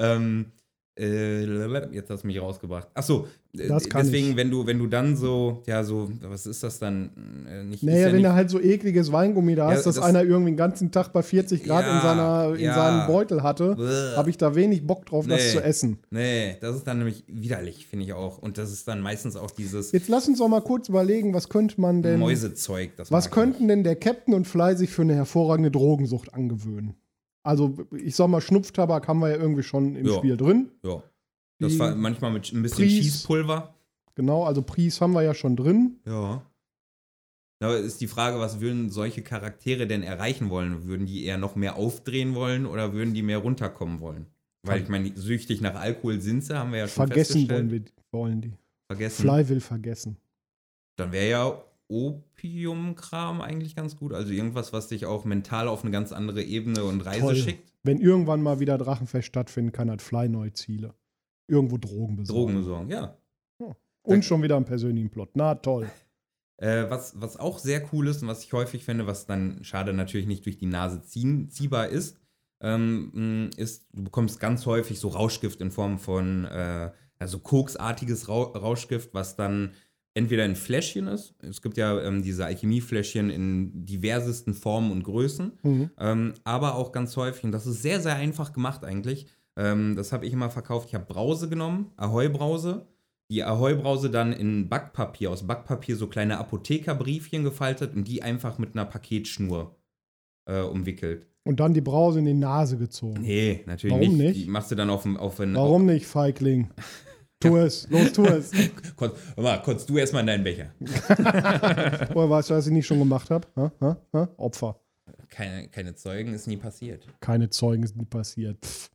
Jetzt hast du mich rausgebracht. Achso, Das kann deswegen, ich. wenn du dann so, was ist das dann? Naja, wenn du halt so ekliges Weingummi da hast, Ja, dass das- einer irgendwie den ganzen Tag bei 40 Grad Ja, in seinem Beutel hatte, habe ich da wenig Bock drauf, das Nee. zu essen. Nee, das ist dann nämlich widerlich, finde ich auch. Und das ist dann meistens auch dieses Jetzt lass uns doch mal kurz überlegen, was könnte man denn, Mäusezeug. Das was mag ich könnten denn der Captain und Fly sich für eine hervorragende Drogensucht angewöhnen? Also, ich sag mal, Schnupftabak haben wir ja irgendwie schon im Ja. Spiel drin. nicht. Ja. Das Die war manchmal mit ein bisschen Pries- Schießpulver. Genau, also Pries haben wir ja schon drin. Ja. Aber ist die Frage, was würden solche Charaktere denn erreichen wollen? Würden die eher noch mehr aufdrehen wollen oder würden die mehr runterkommen wollen? Weil ich meine, süchtig nach Alkohol sind sie, haben wir ja schon Vergessen festgestellt. wollen die. Vergessen. Fly will vergessen. Dann wäre ja Opiumkram eigentlich ganz gut. Also irgendwas, was dich auch mental auf eine ganz andere Ebene und Reise Toll. schickt. Wenn irgendwann mal wieder Drachenfest stattfinden kann, hat Fly neue Ziele. Irgendwo Drogen besorgen. Drogen besorgen, ja. Und schon wieder einen persönlichen Plot. Na toll. Was auch sehr cool ist und was ich häufig finde, was dann schade natürlich nicht durch die Nase ziehbar ist, ist, du bekommst ganz häufig so Rauschgift in Form von also koksartiges Rauschgift, was dann entweder in Fläschchen ist. Es gibt ja diese Alchemiefläschchen in diversesten Formen und Größen, aber auch ganz häufig, und das ist sehr, sehr einfach gemacht eigentlich, das habe ich immer verkauft, ich habe Brause genommen, Ahoi-Brause, die Ahoi-Brause dann in Backpapier, aus Backpapier so kleine Apothekerbriefchen gefaltet und die einfach mit einer Paketschnur umwickelt. Und dann die Brause in die Nase gezogen. Nee, natürlich Warum nicht. nicht? Die machst du dann auf einen. Warum nicht, Feigling? Tu es. Los, tu es. Konntest du erstmal in deinen Becher. Woher weißt du, dass ich nicht schon gemacht habe? Opfer. Keine Zeugen, ist nie passiert. Keine Zeugen, ist nie passiert. Pff.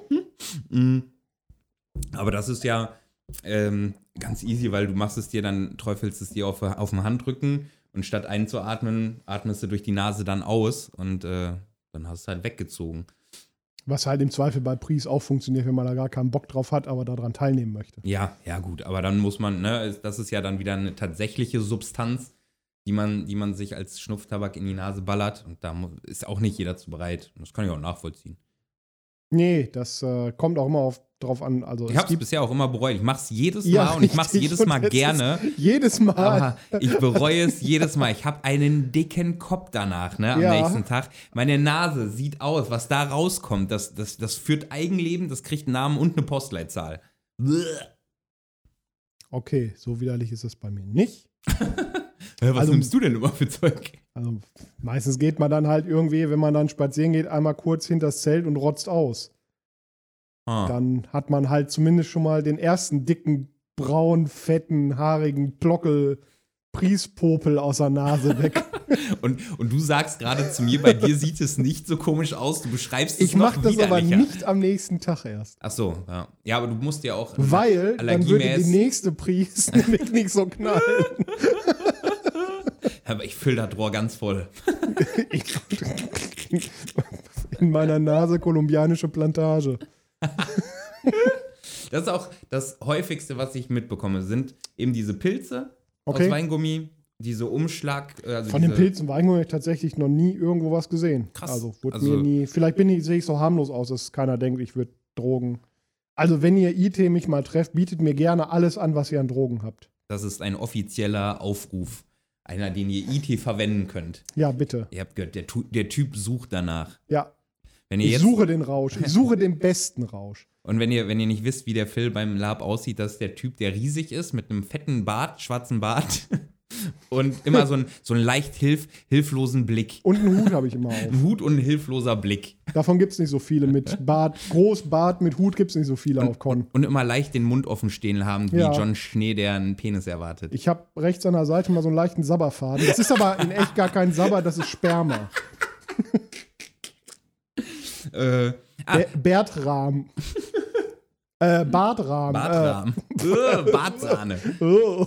Aber das ist ja ganz easy, weil du machst es dir dann, träufelst es dir auf dem Handrücken und statt einzuatmen, atmest du durch die Nase dann aus und dann hast du halt weggezogen. Was halt im Zweifel bei Pries auch funktioniert, wenn man da gar keinen Bock drauf hat, aber daran teilnehmen möchte. Ja, gut, aber dann muss man, ne, das ist ja dann wieder eine tatsächliche Substanz, die man sich als Schnupftabak in die Nase ballert und da ist auch nicht jeder zu bereit. Und das kann ich auch nachvollziehen. Nee, das kommt auch immer drauf an. Also, Ich habe es bisher auch immer bereut. Ich mache es jedes Mal Ja, und ich mache es richtig. jedes Mal Und das gerne. ist jedes Mal. Aber ich bereue es jedes Mal. Ich habe einen dicken Kopf danach, ne, am Ja. nächsten Tag. Meine Nase sieht aus, was da rauskommt. Das führt Eigenleben, das kriegt einen Namen und eine Postleitzahl. Bäh. Okay, so widerlich ist es bei mir nicht. Was Also- nimmst du denn immer für Zeug? Also meistens geht man dann halt irgendwie, wenn man dann spazieren geht, einmal kurz hinters Zelt und rotzt aus. Dann hat man halt zumindest schon mal den ersten dicken, braunen, fetten, haarigen Plockel Priespopel aus der Nase weg. Und du sagst gerade zu mir, bei dir sieht es nicht so komisch aus. Du beschreibst es Ich noch mache das aber widerlicher. nicht am nächsten Tag erst. Ach so, ja. Ja, aber du musst ja auch Weil dann würde die allergiemäßig. nächste Pries nämlich nicht so knallen. Aber ich fülle das Rohr ganz voll. In meiner Nase kolumbianische Plantage. Das ist auch das häufigste, was ich mitbekomme, sind eben diese Pilze Okay. aus Weingummi, diese Umschlag. Also Von den diese, Pilzen Weingummi habe ich tatsächlich noch nie irgendwo was gesehen. Krass. Also wurde Also- mir nie. Vielleicht sehe ich so harmlos aus, dass keiner denkt, ich würde Drogen. Also wenn ihr IT mich mal trefft, bietet mir gerne alles an, was ihr an Drogen habt. Das ist ein offizieller Aufruf. Einer, den ihr IT verwenden könnt. Ja, bitte. Ihr habt gehört, der Typ sucht danach. Ja, Wenn ihr ich jetzt, suche den Rausch. Ich suche den besten Rausch. und wenn ihr nicht wisst, wie der Phil beim Lab aussieht, das ist der Typ, der riesig ist, mit einem fetten Bart, schwarzen Bart und immer so einen leicht hilflosen Blick. Und einen Hut habe ich immer auf. Ein Hut und ein hilfloser Blick. Davon gibt es nicht so viele. Mit Bart, Großbart, mit Hut gibt es nicht so viele auf Con. Und immer leicht den Mund offen stehen haben, wie Ja. John Schnee, der einen Penis erwartet. Ich habe rechts an der Seite mal so einen leichten Sabberfaden. Das ist aber in echt gar kein Sabber, das ist Sperma. Bartrahm. Bartrahm. Bartrahmen. Bartsahne. Oh.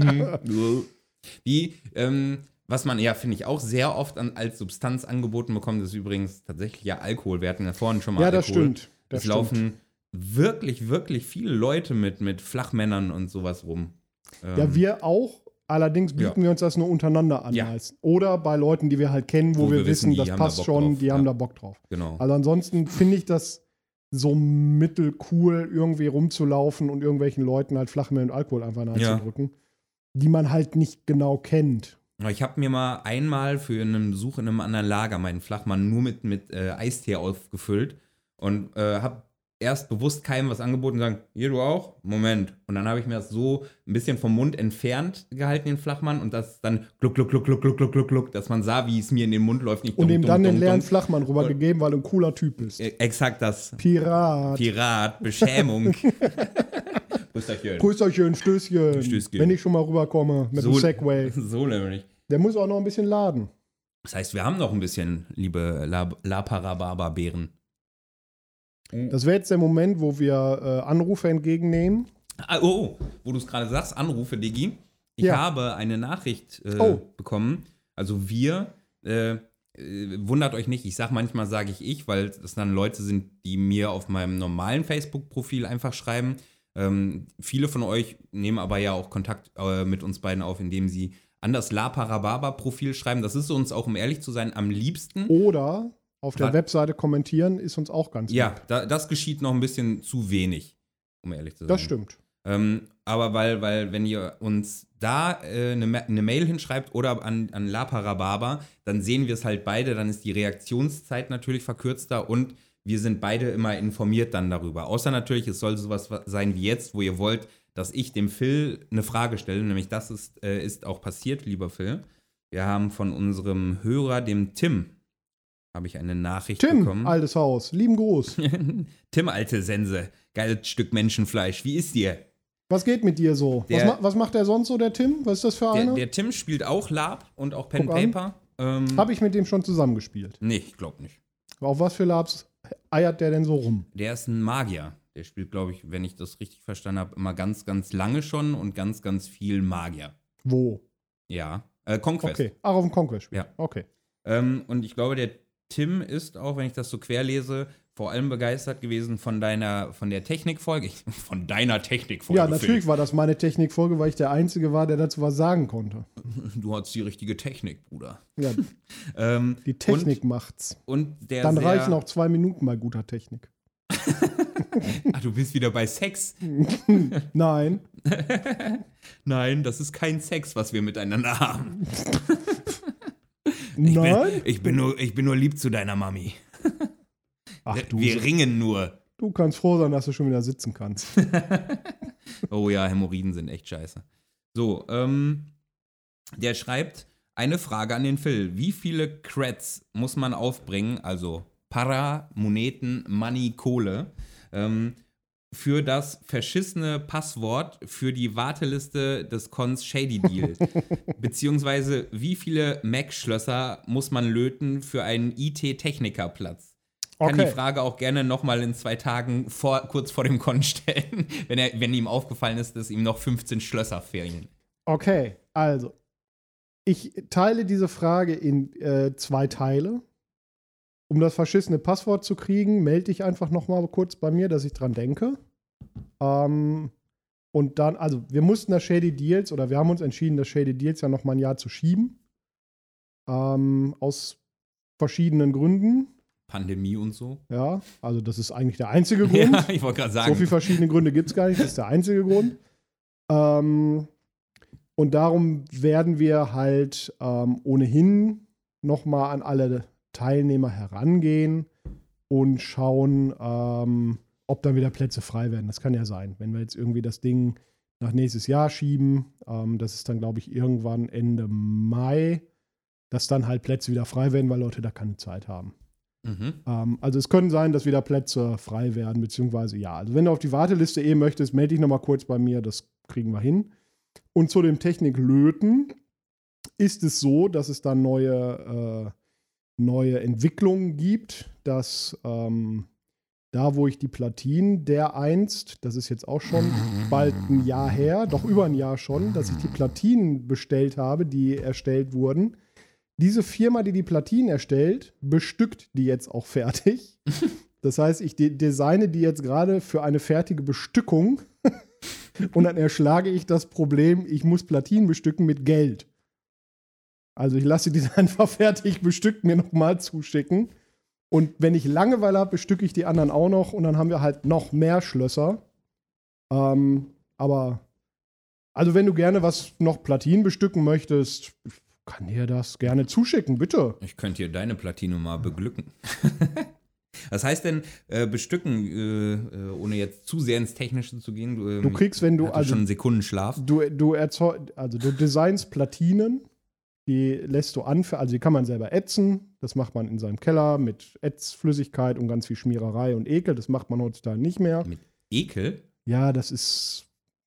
Wie, was man ja, finde ich, auch sehr oft als Substanz angeboten bekommt, ist übrigens tatsächlich ja Alkohol. Wir hatten ja vorhin schon mal Ja, Alkohol. das stimmt. Es laufen wirklich, wirklich viele Leute mit Flachmännern und sowas rum. Ja, wir auch. Allerdings bieten wir uns das nur untereinander an. Ja. Oder bei Leuten, die wir halt kennen, wo wir wissen, die das haben passt da Bock schon, drauf. die haben da Bock drauf. Genau. Also ansonsten finde ich das so mittelcool, irgendwie rumzulaufen und irgendwelchen Leuten halt Flachmehl und Alkohol einfach nachzudrücken, die man halt nicht genau kennt. Ich habe mir mal einmal für einen Besuch in einem anderen Lager meinen Flachmann nur mit Eistee aufgefüllt und habe erst bewusst keinem was angeboten und sagen, hier du auch? Moment. Und dann habe ich mir das so ein bisschen vom Mund entfernt gehalten, den Flachmann, und das dann gluck, gluck, gluck, gluck, gluck, gluck, gluck, gluck, dass man sah, wie es mir in den Mund läuft. Nicht Und ihm dann den leeren dumm. Flachmann rübergegeben, weil du ein cooler Typ bist. Exakt das. Pirat. Beschämung. Prösterchen. Prösterchen, Stößchen. Stößchen. Wenn ich schon mal rüberkomme mit dem Segway. So nämlich. Der muss auch noch ein bisschen laden. Das heißt, wir haben noch ein bisschen, liebe La-Parababa-Bären. Das wäre jetzt der Moment, wo wir Anrufe entgegennehmen. Wo du es gerade sagst, Anrufe, Diggi. Ich habe eine Nachricht bekommen. Also wir, wundert euch nicht, manchmal sage ich, weil das dann Leute sind, die mir auf meinem normalen Facebook-Profil einfach schreiben. Viele von euch nehmen aber ja auch Kontakt mit uns beiden auf, indem sie an das La-Parababa-Profil schreiben. Das ist uns auch, um ehrlich zu sein, am liebsten. Oder auf der Webseite kommentieren ist uns auch ganz lieb. Ja, das geschieht noch ein bisschen zu wenig, um ehrlich zu sein. Das stimmt. Aber weil wenn ihr uns da eine Mail hinschreibt oder an La Parababa, dann sehen wir es halt beide, dann ist die Reaktionszeit natürlich verkürzter und wir sind beide immer informiert dann darüber. Außer natürlich, es soll sowas sein wie jetzt, wo ihr wollt, dass ich dem Phil eine Frage stelle, nämlich das ist auch passiert, lieber Phil. Wir haben von unserem Hörer, dem Tim, habe ich eine Nachricht bekommen. Tim, altes Haus, lieben Gruß. Tim, alte Sense, geiles Stück Menschenfleisch, wie ist dir? Was geht mit dir so? Was macht der sonst so, der Tim? Was ist das für einer? Der Tim spielt auch Lab und auch Pen Paper. Habe ich mit dem schon zusammengespielt? Nee, ich glaube nicht. Auf was für Labs eiert der denn so rum? Der ist ein Magier. Der spielt, glaube ich, wenn ich das richtig verstanden habe, immer ganz, ganz lange schon und ganz, ganz viel Magier. Wo? Ja, Conquest. Okay, auf dem Conquest. Ja. Okay. Und ich glaube, der Tim ist auch, wenn ich das so querlese, vor allem begeistert gewesen von der Technikfolge. Von deiner Technikfolge. Ja, natürlich war das meine Technikfolge, weil ich der Einzige war, der dazu was sagen konnte. Du hast die richtige Technik, Bruder. Ja, die Technik macht's. Und dann reichen auch 2 Minuten bei guter Technik. Ach, du bist wieder bei Sex? Nein. Nein, das ist kein Sex, was wir miteinander haben. Nein? Ich bin nur lieb zu deiner Mami. Ach, wir ringen nur. Du kannst froh sein, dass du schon wieder sitzen kannst. Oh ja, Hämorrhoiden sind echt scheiße. So, der schreibt, eine Frage an den Phil. Wie viele Creds muss man aufbringen, also Para, Moneten, Money, Kohle, für das verschissene Passwort für die Warteliste des Cons Shady Deal? Beziehungsweise wie viele Mac-Schlösser muss man löten für einen IT-Technikerplatz? Kann die Frage auch gerne nochmal in 2 Tagen kurz vor dem Con stellen, wenn ihm aufgefallen ist, dass ihm noch 15 Schlösser fehlen. Okay, also ich teile diese Frage in 2 Teile. Um das verschissene Passwort zu kriegen, melde dich einfach nochmal kurz bei mir, dass ich dran denke. Und dann, also wir mussten das Shady Deals, oder wir haben uns entschieden, das Shady Deals ja nochmal ein Jahr zu schieben. Aus verschiedenen Gründen. Pandemie und so. Ja, also das ist eigentlich der einzige Grund. Ja, ich wollte gerade sagen. So viele verschiedene Gründe gibt es gar nicht, das ist der einzige Grund. Und darum werden wir halt ohnehin nochmal an alle Teilnehmer herangehen und schauen, ob dann wieder Plätze frei werden. Das kann ja sein, wenn wir jetzt irgendwie das Ding nach nächstes Jahr schieben. Das ist dann, glaube ich, irgendwann Ende Mai, dass dann halt Plätze wieder frei werden, weil Leute da keine Zeit haben. Also es können sein, dass wieder Plätze frei werden, beziehungsweise ja. Also wenn du auf die Warteliste möchtest, melde dich nochmal kurz bei mir, das kriegen wir hin. Und zu dem Techniklöten ist es so, dass es dann neue Entwicklungen gibt, dass da, wo ich die Platinen das ist jetzt auch schon bald ein Jahr her, doch über ein Jahr schon, dass ich die Platinen bestellt habe, die erstellt wurden. Diese Firma, die Platinen erstellt, bestückt die jetzt auch fertig. Das heißt, ich designe die jetzt gerade für eine fertige Bestückung Und dann erschlage ich das Problem, ich muss Platinen bestücken mit Geld. Also ich lasse die dann einfach fertig bestückt mir nochmal zuschicken. Und wenn ich Langeweile habe, bestücke ich die anderen auch noch und dann haben wir halt noch mehr Schlösser. Aber, also wenn du gerne was noch Platinen bestücken möchtest, kann dir das gerne zuschicken, bitte. Ich könnte hier deine Platine mal beglücken. Was heißt denn bestücken, ohne jetzt zu sehr ins Technische zu gehen? Du kriegst, wenn du also schon einen Sekundenschlaf. Du designst Platinen, die lässt du also die kann man selber ätzen. Das macht man in seinem Keller mit Ätzflüssigkeit und ganz viel Schmiererei und Ekel. Das macht man heutzutage nicht mehr. Mit Ekel? Ja, das ist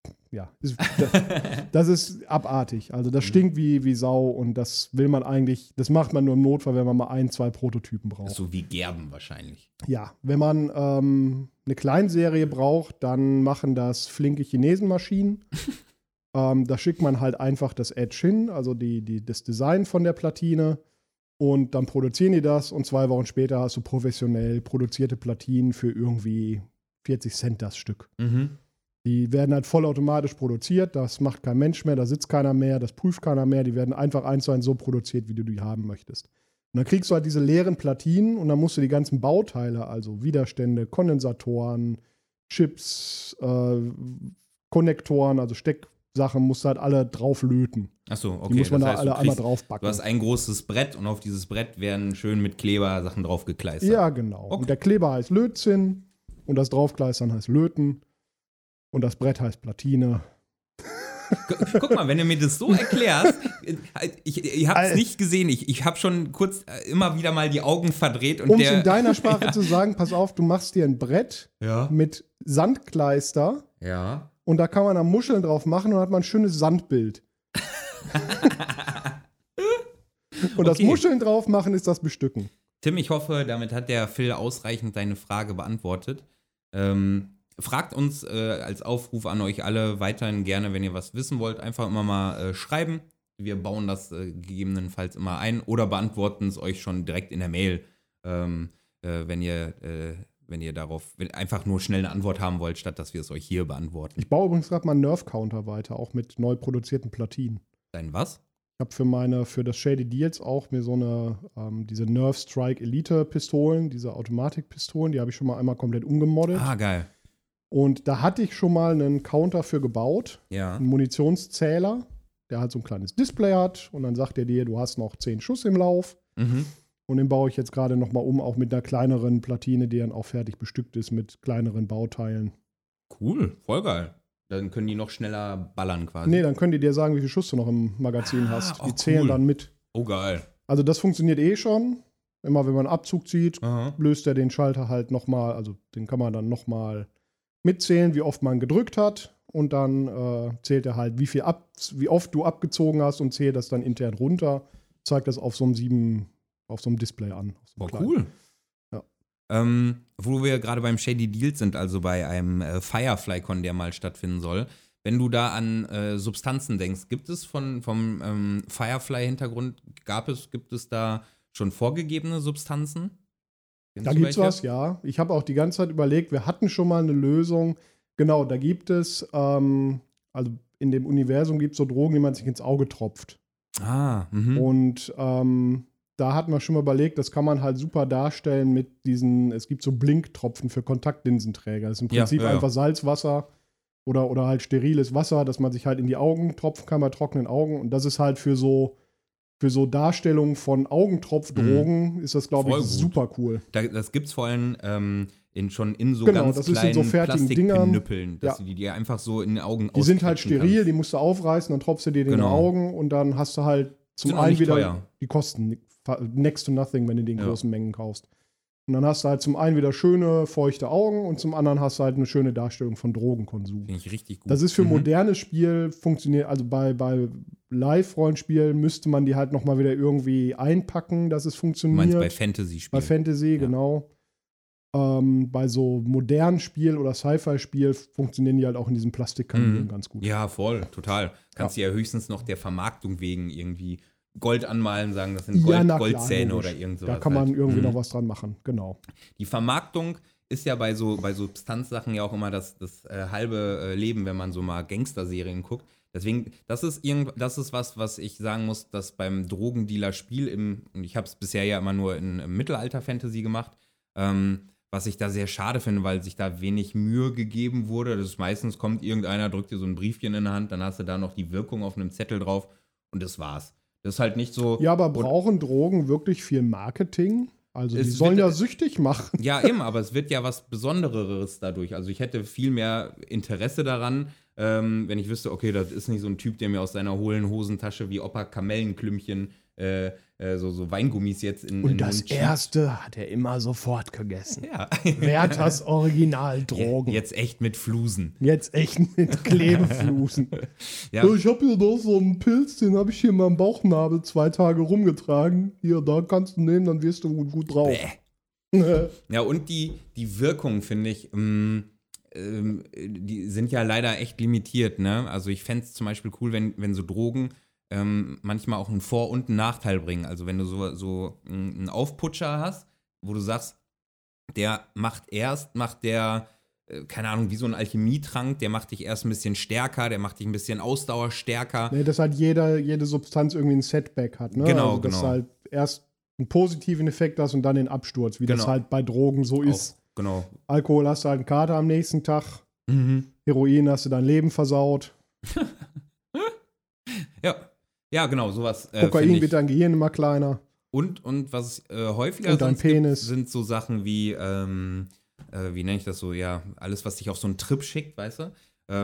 abartig. Also das stinkt wie Sau und das macht man nur im Notfall, wenn man mal 1, 2 Prototypen braucht. So wie Gerben wahrscheinlich. Ja, wenn man eine Kleinserie braucht, dann machen das flinke Chinesenmaschinen. Da schickt man halt einfach das Edge hin, also das Design von der Platine und dann produzieren die das und 2 Wochen später hast du professionell produzierte Platinen für irgendwie 40 Cent das Stück. Mhm. Die werden halt vollautomatisch produziert, das macht kein Mensch mehr, da sitzt keiner mehr, das prüft keiner mehr, die werden einfach 1:1 so produziert, wie du die haben möchtest. Und dann kriegst du halt diese leeren Platinen und dann musst du die ganzen Bauteile, also Widerstände, Kondensatoren, Chips, Konnektoren, also Stecksachen, musst du halt alle drauf löten. Achso, okay. Die muss man das da heißt, alle einmal draufbacken. Du hast ein großes Brett und auf dieses Brett werden schön mit Kleber Sachen drauf gekleistert. Ja, genau. Okay. Und der Kleber heißt Lötzinn und das Draufkleistern heißt Löten und das Brett heißt Platine. Guck mal, wenn du mir das so erklärst, ich habe es nicht gesehen, ich habe schon kurz immer wieder mal die Augen verdreht. Um es in deiner Sprache zu sagen, pass auf, du machst dir ein Brett mit Sandkleister und da kann man dann Muscheln drauf machen und dann hat man ein schönes Sandbild. Und das Muscheln drauf machen ist das Bestücken. Tim, ich hoffe, damit hat der Phil ausreichend deine Frage beantwortet. Fragt uns als Aufruf an euch alle weiterhin gerne, wenn ihr was wissen wollt, einfach immer mal schreiben. Wir bauen das gegebenenfalls immer ein oder beantworten es euch schon direkt in der Mail, wenn ihr darauf einfach nur schnell eine Antwort haben wollt, statt dass wir es euch hier beantworten. Ich baue übrigens gerade mal einen Nerf-Counter weiter, auch mit neu produzierten Platinen. Dein was? Ich habe für das Shady Deals auch mir so diese Nerf Strike Elite Pistolen, diese Automatikpistolen, die habe ich schon mal einmal komplett umgemoddet. Ah, geil. Und da hatte ich schon mal einen Counter für gebaut, einen Munitionszähler, der halt so ein kleines Display hat und dann sagt er dir, du hast noch 10 Schuss im Lauf. Mhm. Und den baue ich jetzt gerade nochmal um, auch mit einer kleineren Platine, die dann auch fertig bestückt ist mit kleineren Bauteilen. Cool, voll geil. Dann können die noch schneller ballern quasi. Nee, dann können die dir sagen, wie viel Schuss du noch im Magazin hast. Die zählen dann mit. Oh, geil. Also das funktioniert schon. Immer wenn man einen Abzug zieht, löst er den Schalter halt nochmal, also den kann man dann nochmal mitzählen, wie oft man gedrückt hat. Und dann zählt er halt, wie oft du abgezogen hast und zählt das dann intern runter. Zeigt das auf so einem Display an. Oh, cool. Ja. Wo wir gerade beim Shady Deals sind, also bei einem Firefly-Con, der mal stattfinden soll. Wenn du da an Substanzen denkst, gibt es vom Firefly-Hintergrund, gibt es da schon vorgegebene Substanzen? Da gibt's was, ja. Ich habe auch die ganze Zeit überlegt, wir hatten schon mal eine Lösung. Genau, da gibt es, also in dem Universum gibt es so Drogen, die man sich ins Auge tropft. Und da hatten wir schon mal überlegt, das kann man halt super darstellen mit es gibt so Blinktropfen für Kontaktlinsenträger. Das ist im Prinzip einfach Salzwasser oder halt steriles Wasser, das man sich halt in die Augen tropfen kann bei trockenen Augen. Und das ist halt für so Darstellungen von Augentropfdrogen ist das, glaube ich, super cool. Das gibt's vor allem schon in so genau, ganz das kleinen ist in so fertigen Dingern, dass du die dir einfach so in den Augen Die sind halt steril, kannst. Die musst du aufreißen, dann tropfst du dir in die Augen und dann hast du halt zum einen wieder teuer. Die kosten next to nothing, wenn du die in großen Mengen kaufst. Und dann hast du halt zum einen wieder schöne, feuchte Augen und zum anderen hast du halt eine schöne Darstellung von Drogenkonsum. Finde ich richtig gut. Das ist für modernes Spiel funktioniert, also bei Live-Rollenspielen müsste man die halt nochmal wieder irgendwie einpacken, dass es funktioniert. Du meinst bei Fantasy-Spielen? Bei Fantasy, genau. Bei so modernen Spielen oder Sci-Fi-Spiel funktionieren die halt auch in diesen Plastikkanonen ganz gut. Ja, voll, total. Kannst du ja höchstens noch der Vermarktung wegen irgendwie Gold anmalen, sagen, das sind Goldzähne oder irgend sowas. Da kann man irgendwie noch was dran machen, genau. Die Vermarktung ist ja bei Substanzsachen ja auch immer das halbe Leben, wenn man so mal Gangster-Serien guckt. Deswegen, das ist was ich sagen muss, dass beim Drogendealer-Spiel und ich habe es bisher ja immer nur in Mittelalter-Fantasy gemacht, was ich da sehr schade finde, weil sich da wenig Mühe gegeben wurde. Das ist meistens kommt irgendeiner, drückt dir so ein Briefchen in der Hand, dann hast du da noch die Wirkung auf einem Zettel drauf und das war's. Das ist halt nicht so. Ja, aber brauchen Drogen wirklich viel Marketing? Also die sollen ja süchtig machen. Ja, eben, aber es wird ja was Besondereres dadurch. Also ich hätte viel mehr Interesse daran, wenn ich wüsste, okay, das ist nicht so ein Typ, der mir aus seiner hohlen Hosentasche wie Opa Kamellenklümpchen so Weingummis jetzt in Und das Mund schiebt. erste hat er immer sofort gegessen. Ja. Werthers Originaldrogen. Jetzt echt mit Flusen. Jetzt echt mit Klebeflusen. Ja. Ich habe hier noch so einen Pilz, den habe ich hier in meinem Bauchnabel 2 Tage rumgetragen. Hier, da kannst du nehmen, dann wirst du gut drauf. Ja, und die Wirkung, finde ich, die sind ja leider echt limitiert, ne? Also ich fände es zum Beispiel cool, wenn so Drogen manchmal auch einen Vor- und einen Nachteil bringen. Also wenn du so einen Aufputscher hast, wo du sagst, der keine Ahnung, wie so ein Alchemietrank, der macht dich erst ein bisschen stärker, der macht dich ein bisschen ausdauerstärker. Nee, dass halt jede Substanz irgendwie ein Setback hat, ne? Genau, also, dass genau. du halt erst einen positiven Effekt hast und dann den Absturz, wie das Genau. halt bei Drogen so ist. Genau. Alkohol hast du halt einen Kater am nächsten Tag, Mhm. Heroin hast du dein Leben versaut, Ja, genau, sowas. Kokain find ich. wird dein Gehirn immer kleiner. Und was häufiger Und dein sonst gibt, Penis. sind so Sachen wie, wie nenne ich das so, ja, alles, was dich auf so einen Trip schickt, weißt du?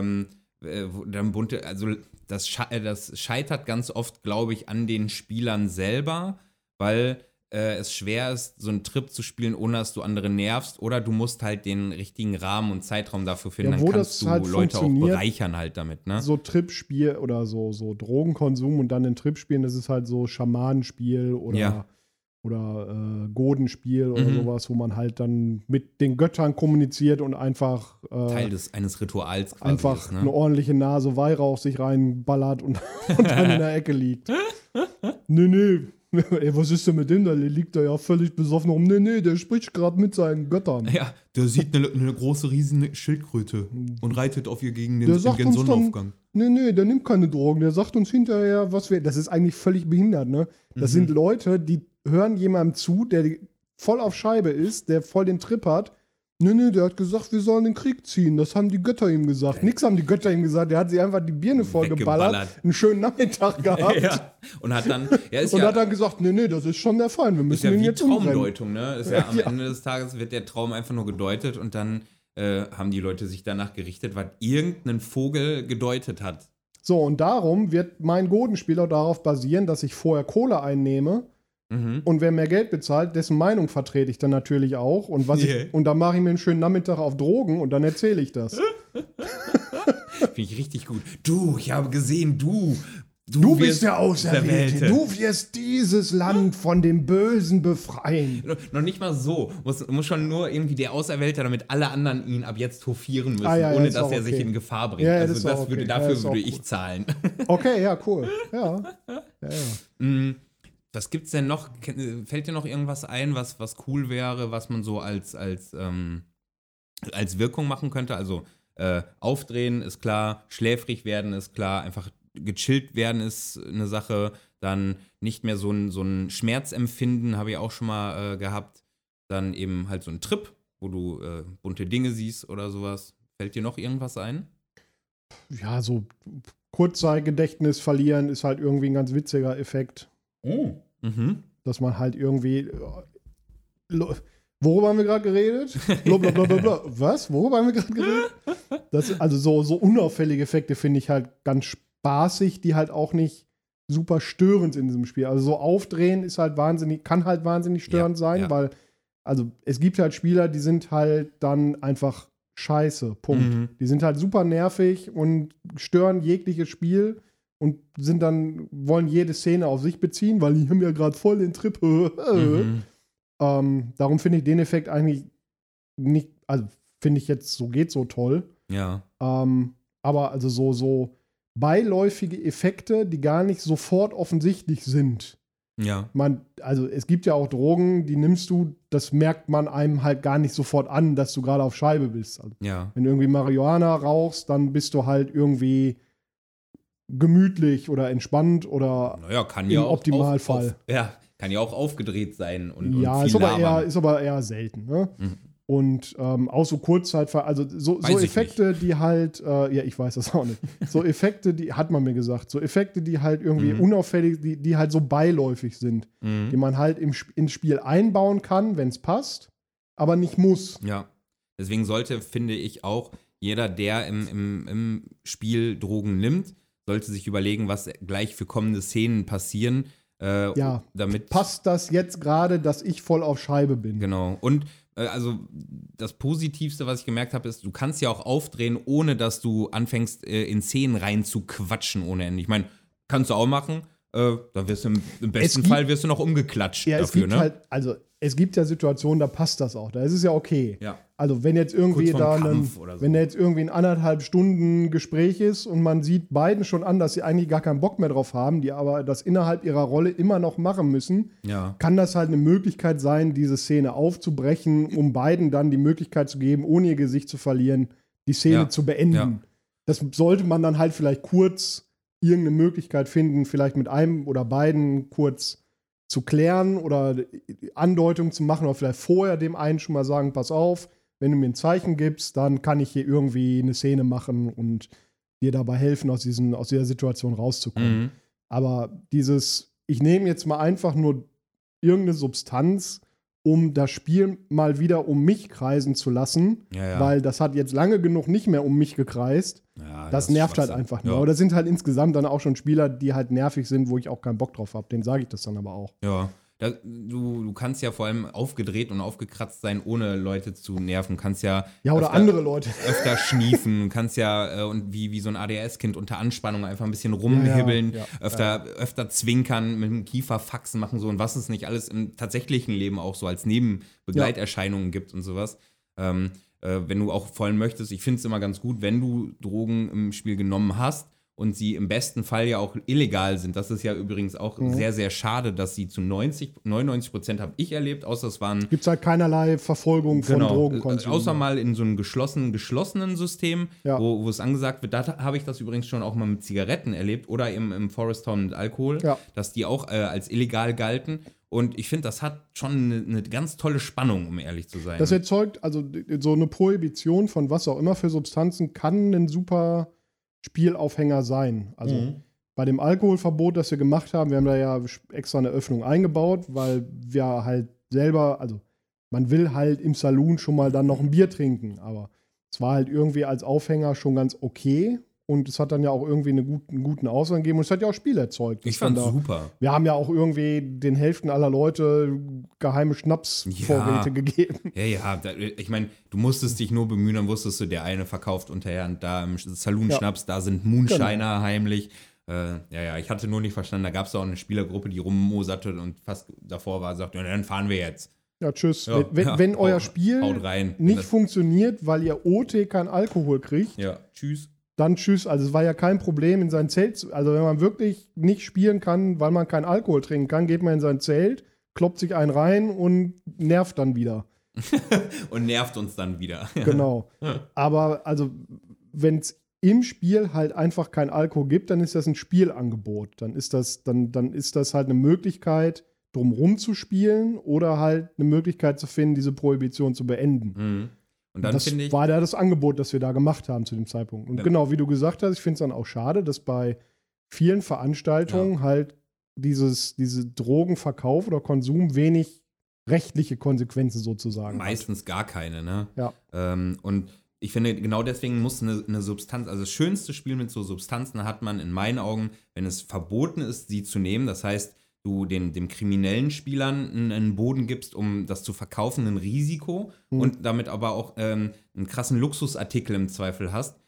Dann bunte, also das scheitert ganz oft, glaube ich, an den Spielern selber, weil es schwer ist, so einen Trip zu spielen, ohne dass du andere nervst, oder du musst halt den richtigen Rahmen und Zeitraum dafür finden, Ja, dann wo kannst das du halt Leute auch funktioniert, bereichern halt damit, ne? So Tripspiel oder so Drogenkonsum und dann den Trip spielen, das ist halt so Schamanenspiel oder Godenspiel oder sowas, wo man halt dann mit den Göttern kommuniziert und einfach Teil eines Rituals quasi einfach ist, ne? eine ordentliche Nase Weihrauch sich reinballert und dann in der Ecke liegt. Nee. Ey, was ist denn mit dem da? Der liegt da ja völlig besoffen rum. Nee, der spricht gerade mit seinen Göttern. Ja, der sieht eine große, riesige Schildkröte und reitet auf ihr gegen Der sagt uns Sonnenaufgang. Nee, der nimmt keine Drogen. Der sagt uns hinterher, was wir. Das ist eigentlich völlig behindert, ne? Das sind Leute, die hören jemandem zu, der voll auf Scheibe ist, der voll den Trip hat. Nee, der hat gesagt, wir sollen den Krieg ziehen. Das haben die Götter ihm gesagt. Nix haben die Götter ihm gesagt. Der hat sich einfach die Birne voll geballert, einen schönen Nachmittag gehabt. Ja. Und hat dann, Hat dann gesagt, nee, das ist schon der Feind. Wir ist müssen ja ihn wie jetzt umbringen. Traumdeutung, ne? Ist ja am Ende des Tages wird der Traum einfach nur gedeutet und dann haben die Leute sich danach gerichtet, was irgendein Vogel gedeutet hat. So, und darum wird mein Godenspiel auch darauf basieren, dass ich vorher Kohle einnehme. Und wer mehr Geld bezahlt, dessen Meinung vertrete ich dann natürlich auch. Und und dann mache ich mir einen schönen Nachmittag auf Drogen und dann erzähle ich das. Finde ich richtig gut. Ich habe gesehen, du bist der Auserwählte. Du wirst dieses Land von dem Bösen befreien. Noch nicht mal so. Muss schon nur irgendwie der Auserwählte, damit alle anderen ihn ab jetzt hofieren müssen, ja, ohne ist dass auch er sich okay. in Gefahr bringt. Ja, also das ist auch okay. dafür ist auch würde cool. ich zahlen. Okay, ja, cool. Ja. Was gibt's denn noch? Fällt dir noch irgendwas ein, was cool wäre, was man so als Wirkung machen könnte? Also aufdrehen ist klar, schläfrig werden ist klar, einfach gechillt werden ist eine Sache, dann nicht mehr so ein Schmerzempfinden, habe ich auch schon mal gehabt, dann eben halt so ein Trip, wo du bunte Dinge siehst oder sowas. Fällt dir noch irgendwas ein? Ja, so Kurzzeitgedächtnis verlieren ist halt irgendwie ein ganz witziger Effekt. Oh. Mhm. Dass man halt irgendwie. Worüber haben wir gerade geredet? Blablabla. Was? Worüber haben wir gerade geredet? Also so unauffällige Effekte finde ich halt ganz spaßig, die halt auch nicht super störend sind in diesem Spiel. Also so aufdrehen ist halt kann halt wahnsinnig störend sein, weil, also es gibt halt Spieler, die sind halt dann einfach scheiße. Punkt. Die sind halt super nervig und stören jegliches Spiel. Und wollen jede Szene auf sich beziehen, weil die haben ja gerade voll den Trip. Darum finde ich den Effekt eigentlich nicht, also finde ich jetzt, geht so toll. Ja. Aber also so beiläufige Effekte, die gar nicht sofort offensichtlich sind. Ja. Also es gibt ja auch Drogen, die nimmst du, das merkt man einem halt gar nicht sofort an, dass du gerade auf Scheibe bist. Also, Ja. wenn du irgendwie Marihuana rauchst, dann bist du halt irgendwie gemütlich oder entspannt oder Naja, kann im ja auch Optimalfall. kann ja auch aufgedreht sein und Ja, viel ist aber eher selten. Ne? Mhm. Und auch so Kurzzeitfall, also so Weiß ich Effekte, die halt, ja, ich weiß das auch nicht. So Effekte, die hat man mir gesagt, so Effekte, die halt irgendwie unauffällig, die halt so beiläufig sind, die man halt ins Spiel einbauen kann, wenn es passt, aber nicht muss. Ja. Deswegen sollte, finde ich, auch jeder, der im Spiel Drogen nimmt, sollte sich überlegen, was gleich für kommende Szenen passieren. Ja, damit passt das jetzt gerade, dass ich voll auf Scheibe bin? Genau. Und also das Positivste, was ich gemerkt habe, ist, du kannst ja auch aufdrehen, ohne dass du anfängst, in Szenen rein zu quatschen ohne Ende. Ich meine, kannst du auch machen. Da wirst du im besten Fall wirst du noch umgeklatscht Ja, dafür, es gibt ne? halt, also es gibt ja Situationen, da passt das auch. Da ist es ja okay. Ja. Also wenn jetzt irgendwie Kurz vorm Kampf oder so. wenn da jetzt irgendwie ein 1,5 Stunden Gespräch ist und man sieht beiden schon an, dass sie eigentlich gar keinen Bock mehr drauf haben, die aber das innerhalb ihrer Rolle immer noch machen müssen, Ja. kann das halt eine Möglichkeit sein, diese Szene aufzubrechen, um beiden dann die Möglichkeit zu geben, ohne ihr Gesicht zu verlieren, die Szene zu beenden. Ja. Das sollte man dann halt vielleicht kurz irgendeine Möglichkeit finden, vielleicht mit einem oder beiden kurz zu klären oder Andeutungen zu machen oder vielleicht vorher dem einen schon mal sagen, pass auf, wenn du mir ein Zeichen gibst, dann kann ich hier irgendwie eine Szene machen und dir dabei helfen, aus dieser Situation rauszukommen. Mhm. Aber ich nehme jetzt mal einfach nur irgendeine Substanz, um das Spiel mal wieder um mich kreisen zu lassen, Ja. weil das hat jetzt lange genug nicht mehr um mich gekreist. Ja, Das ist nervt halt Schwachsinn. einfach nur. Ja. Aber das sind halt insgesamt dann auch schon Spieler, die halt nervig sind, wo ich auch keinen Bock drauf habe. Den sage ich das dann aber auch. Ja. Du kannst ja vor allem aufgedreht und aufgekratzt sein, ohne Leute zu nerven. Du kannst ja Oder andere Leute. öfter schniefen, du kannst ja und wie so ein ADHS-Kind unter Anspannung einfach ein bisschen rumhibbeln, Ja. öfter zwinkern, mit dem Kiefer Faxen machen so und was es nicht alles im tatsächlichen Leben auch so als Nebenbegleiterscheinungen gibt und sowas. Wenn du auch vollen möchtest, ich finde es immer ganz gut, wenn du Drogen im Spiel genommen hast und sie im besten Fall ja auch illegal sind. Das ist ja übrigens auch sehr, sehr schade, dass sie zu 99% habe ich erlebt, außer es waren Gibt es halt keinerlei Verfolgung von Drogenkonsum. außer mal in so einem geschlossenen System, Ja. wo es angesagt wird. Da habe ich das übrigens schon auch mal mit Zigaretten erlebt oder im Forest Town mit Alkohol, Ja. dass die auch als illegal galten. Und ich finde, das hat schon eine ganz tolle Spannung, um ehrlich zu sein. Das erzeugt, also so eine Prohibition von was auch immer für Substanzen kann ein super Spielaufhänger sein. Also bei dem Alkoholverbot, das wir gemacht haben, wir haben da ja extra eine Öffnung eingebaut, weil wir halt selber, also man will halt im Saloon schon mal dann noch ein Bier trinken, aber es war halt irgendwie als Aufhänger schon ganz okay und es hat dann ja auch irgendwie einen guten Ausgang gegeben und es hat ja auch Spiel erzeugt. Ich fand's super. Wir haben ja auch irgendwie den Hälften aller Leute geheime Schnapsvorräte gegeben. Ja, ich meine, du musstest dich nur bemühen, dann wusstest du, der eine verkauft unterhand da im Saloon-Schnaps, da sind Moonshiner heimlich. Ich hatte nur nicht verstanden, da gab es auch eine Spielergruppe, die rummoserte und fast davor war, sagt, ja, dann fahren wir jetzt. Ja, tschüss. Ja, wenn euer haut Spiel rein. nicht funktioniert, weil ihr OT keinen Alkohol kriegt, Ja, tschüss. dann tschüss. Also es war ja kein Problem in sein Zelt. Also wenn man wirklich nicht spielen kann, weil man keinen Alkohol trinken kann, geht man in sein Zelt, kloppt sich einen rein und nervt dann wieder. Und nervt uns dann wieder. Genau. Aber also wenn es im Spiel halt einfach kein Alkohol gibt, dann ist das ein Spielangebot. Dann ist das halt eine Möglichkeit, drumrum zu spielen oder halt eine Möglichkeit zu finden, diese Prohibition zu beenden. Mhm. Und dann Das finde ich. war ja das Angebot, das wir da gemacht haben zu dem Zeitpunkt. Und Ja. genau, wie du gesagt hast, ich finde es dann auch schade, dass bei vielen Veranstaltungen halt diese Drogenverkauf oder Konsum wenig rechtliche Konsequenzen sozusagen Meistens gar keine, ne? Ja. Und ich finde, genau deswegen muss eine Substanz, also das schönste Spiel mit so Substanzen hat man in meinen Augen, wenn es verboten ist, sie zu nehmen. Das heißt, du dem kriminellen Spielern einen Boden gibst, um das zu verkaufen, ein Risiko und damit aber auch einen krassen Luxusartikel im Zweifel hast,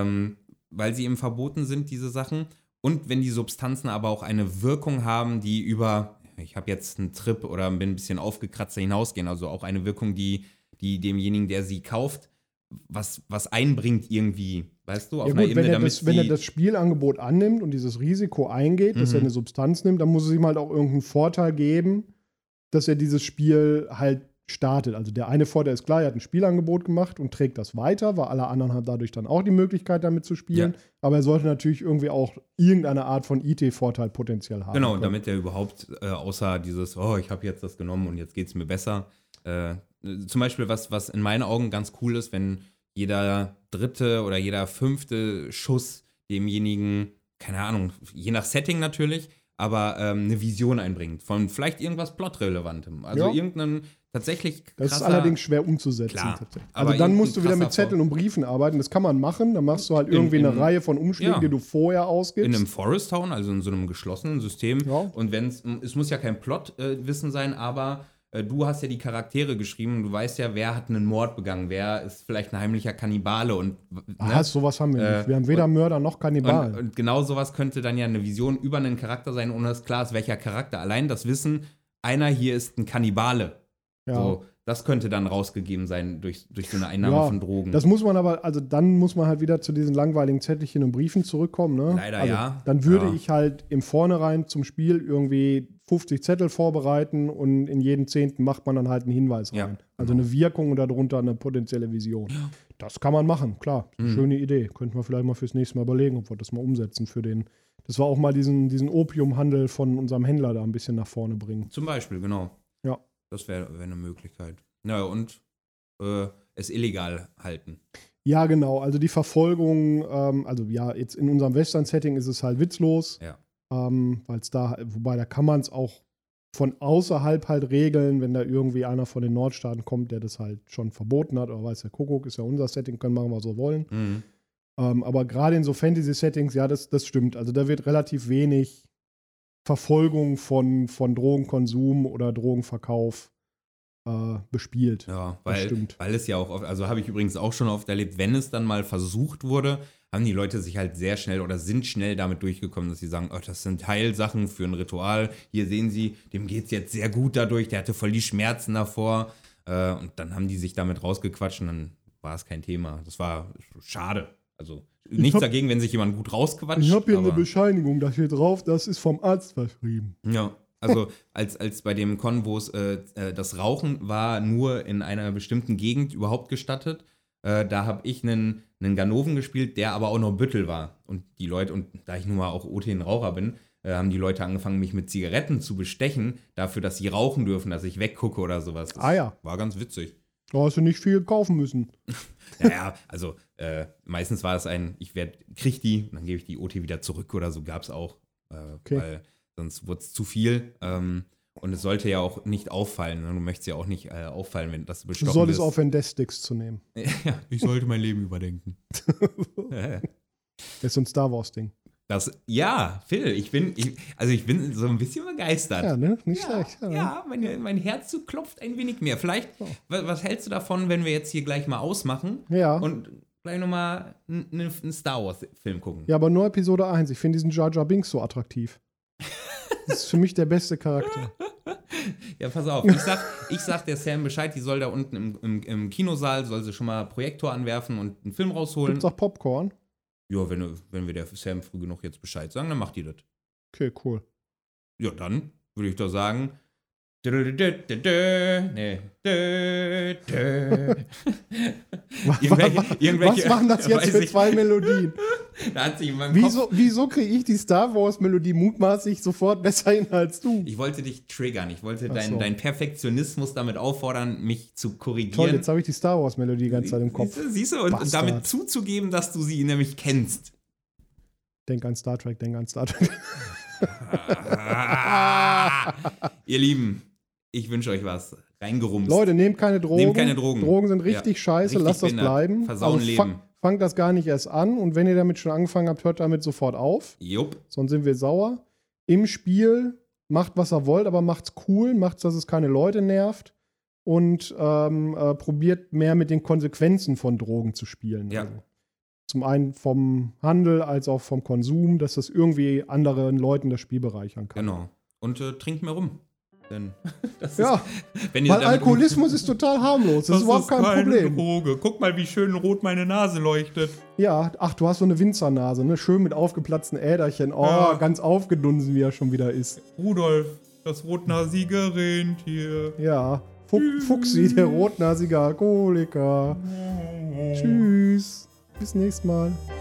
weil sie eben verboten sind, diese Sachen. Und wenn die Substanzen aber auch eine Wirkung haben, die über, ich habe jetzt einen Trip oder bin ein bisschen aufgekratzter hinausgehen, also auch eine Wirkung, die demjenigen, der sie kauft, was einbringt irgendwie, weißt du, auf Ja einer gut, Ebene, wenn er das Spielangebot annimmt und dieses Risiko eingeht, dass er eine Substanz nimmt, dann muss es ihm halt auch irgendeinen Vorteil geben, dass er dieses Spiel halt startet. Also der eine Vorteil ist klar, er hat ein Spielangebot gemacht und trägt das weiter, weil alle anderen haben dadurch dann auch die Möglichkeit, damit zu spielen. Ja. Aber er sollte natürlich irgendwie auch irgendeine Art von IT-Vorteil potenziell haben. Genau, können. damit er überhaupt außer dieses, oh, ich habe jetzt das genommen und jetzt geht es mir besser. Zum Beispiel, was in meinen Augen ganz cool ist, wenn jeder 3. oder jeder 5. Schuss demjenigen, keine Ahnung, je nach Setting natürlich, aber eine Vision einbringt. Von vielleicht irgendwas Plotrelevantem. Also Ja. irgendeinen tatsächlich krasser... Das ist allerdings schwer umzusetzen. Klar, Tatsächlich. aber Also dann irgendein musst du wieder mit krasser Zetteln und Briefen arbeiten. Das kann man machen. Dann machst du halt irgendwie eine Reihe von Umschlägen, ja. die du vorher ausgibst. In einem Forest Town, also in so einem geschlossenen System. Ja. Und es muss ja kein Plot-Wissen sein, aber du hast ja die Charaktere geschrieben. Du weißt ja, wer hat einen Mord begangen, wer ist vielleicht ein heimlicher Kannibale. Und Sowas haben wir nicht. Wir haben weder Mörder noch Kannibalen. Und genau sowas könnte dann ja eine Vision über einen Charakter sein, ohne dass klar ist, welcher Charakter. Allein das Wissen, einer hier ist ein Kannibale. Ja. So, das könnte dann rausgegeben sein durch so eine Einnahme Ja, von Drogen. Das muss man aber, also dann muss man halt wieder zu diesen langweiligen Zettelchen und Briefen zurückkommen. Ne? Leider also, ja. Dann würde Ja. ich halt im Vornherein zum Spiel irgendwie 50 Zettel vorbereiten und in jeden 10. macht man dann halt einen Hinweis rein. Ja, Also eine Wirkung und darunter eine potenzielle Vision. Das kann man machen, klar. Schöne Idee. Könnten wir vielleicht mal fürs nächste Mal überlegen, ob wir das mal umsetzen für den. Das war auch mal diesen Opiumhandel von unserem Händler da ein bisschen nach vorne bringen. Zum Beispiel, genau. Ja. Das wäre eine Möglichkeit. Naja, und es illegal halten. Ja, genau. Also die Verfolgung, also ja, jetzt in unserem Western-Setting ist es halt witzlos. Ja. Weil es da, wobei da kann man es auch von außerhalb halt regeln, wenn da irgendwie einer von den Nordstaaten kommt, der das halt schon verboten hat, oder weiß der Kuckuck, ist ja unser Setting, können machen, was wir wollen. Mhm. Aber gerade in so Fantasy-Settings, ja, das stimmt. Also da wird relativ wenig Verfolgung von Drogenkonsum oder Drogenverkauf bespielt. Ja, Das stimmt. weil es ja auch oft, also habe ich übrigens auch schon oft erlebt, wenn es dann mal versucht wurde, haben die Leute sich halt sehr schnell oder sind schnell damit durchgekommen, dass sie sagen, oh, das sind Heilsachen für ein Ritual. Hier sehen Sie, dem geht es jetzt sehr gut dadurch, der hatte voll die Schmerzen davor. Und dann haben die sich damit rausgequatscht und dann war es kein Thema. Das war schade. Also nichts dagegen, wenn sich jemand gut rausquatscht. Ich habe hier aber- eine Bescheinigung, da steht drauf, das ist vom Arzt verschrieben. Ja, also als bei dem Con, wo es das Rauchen war nur in einer bestimmten Gegend überhaupt gestattet, da habe ich einen Ganoven gespielt, der aber auch noch Büttel war. Und die Leute, und da ich nun mal auch OT-Raucher bin, haben die Leute angefangen, mich mit Zigaretten zu bestechen, dafür, dass sie rauchen dürfen, dass ich weggucke oder sowas. Das Ja. war ganz witzig. Da hast du nicht viel kaufen müssen. Naja, also meistens war es krieg die, und dann gebe ich die OT wieder zurück oder so, gab es auch. Weil sonst wurde es zu viel. Und es sollte ja auch nicht auffallen. Du möchtest ja auch nicht auffallen, wenn das Du bestochen solltest ist. aufhören, Death-Sticks zu nehmen. Ja, ich sollte mein Leben überdenken. Das ist so ein Star Wars-Ding. Phil, ich bin so ein bisschen begeistert. Ja, ne? Nicht schlecht. Ja, mein Herz klopft ein wenig mehr. Vielleicht, was hältst du davon, wenn wir jetzt hier gleich mal ausmachen Ja. und gleich nochmal einen Star Wars-Film gucken? Ja, aber nur Episode 1. Ich finde diesen Jar Jar Binks so attraktiv. Das ist für mich der beste Charakter. Ja, pass auf. Ich sag der Sam Bescheid, die soll da unten im Kinosaal, soll sie schon mal Projektor anwerfen und einen Film rausholen. Gibt's auch Popcorn? Ja, wenn wir der Sam früh genug jetzt Bescheid sagen, dann macht die das. Okay, cool. Ja, dann würde ich doch sagen. Was machen das jetzt für zwei Melodien? Da hat sich in meinem Kopf, Wieso kriege ich die Star Wars-Melodie mutmaßlich sofort besser hin als du? ich wollte dich triggern. Ich wollte Ach so. deinen Perfektionismus damit auffordern, mich zu korrigieren. Toll, jetzt habe ich die Star Wars-Melodie die ganze Zeit im Kopf. Siehst du? Und Bastard. damit zuzugeben, dass du sie nämlich kennst. Denk an Star Trek, denk an Star Trek. Ihr Lieben, ich wünsche euch was. Reingerumst. Leute, nehmt keine Drogen. Nehmt keine Drogen. Drogen sind richtig Ja, scheiße, richtig lasst das behindert. bleiben. Versauen Leben. Fangt das gar nicht erst an und wenn ihr damit schon angefangen habt, hört damit sofort auf. Jupp. Sonst sind wir sauer. Im Spiel macht, was ihr wollt, aber macht's cool, macht's, dass es keine Leute nervt und probiert mehr mit den Konsequenzen von Drogen zu spielen. Ja. Also, zum einen vom Handel als auch vom Konsum, dass das irgendwie anderen Leuten das Spiel bereichern kann. Genau. Und trinkt mehr rum. Denn das Ja, wenn ihr weil damit Alkoholismus ist total harmlos. Das ist überhaupt kein Problem. Droge. Guck mal, wie schön rot meine Nase leuchtet. Ja, ach, du hast so eine Winzernase, ne? Schön mit aufgeplatzten Äderchen. Oh, Ja. ganz aufgedunsen, wie er schon wieder ist. Rudolf, das rotnasige Rentier. Ja, Fuchsi, der rotnasige Alkoholiker. Tschüss. Bis nächstes Mal.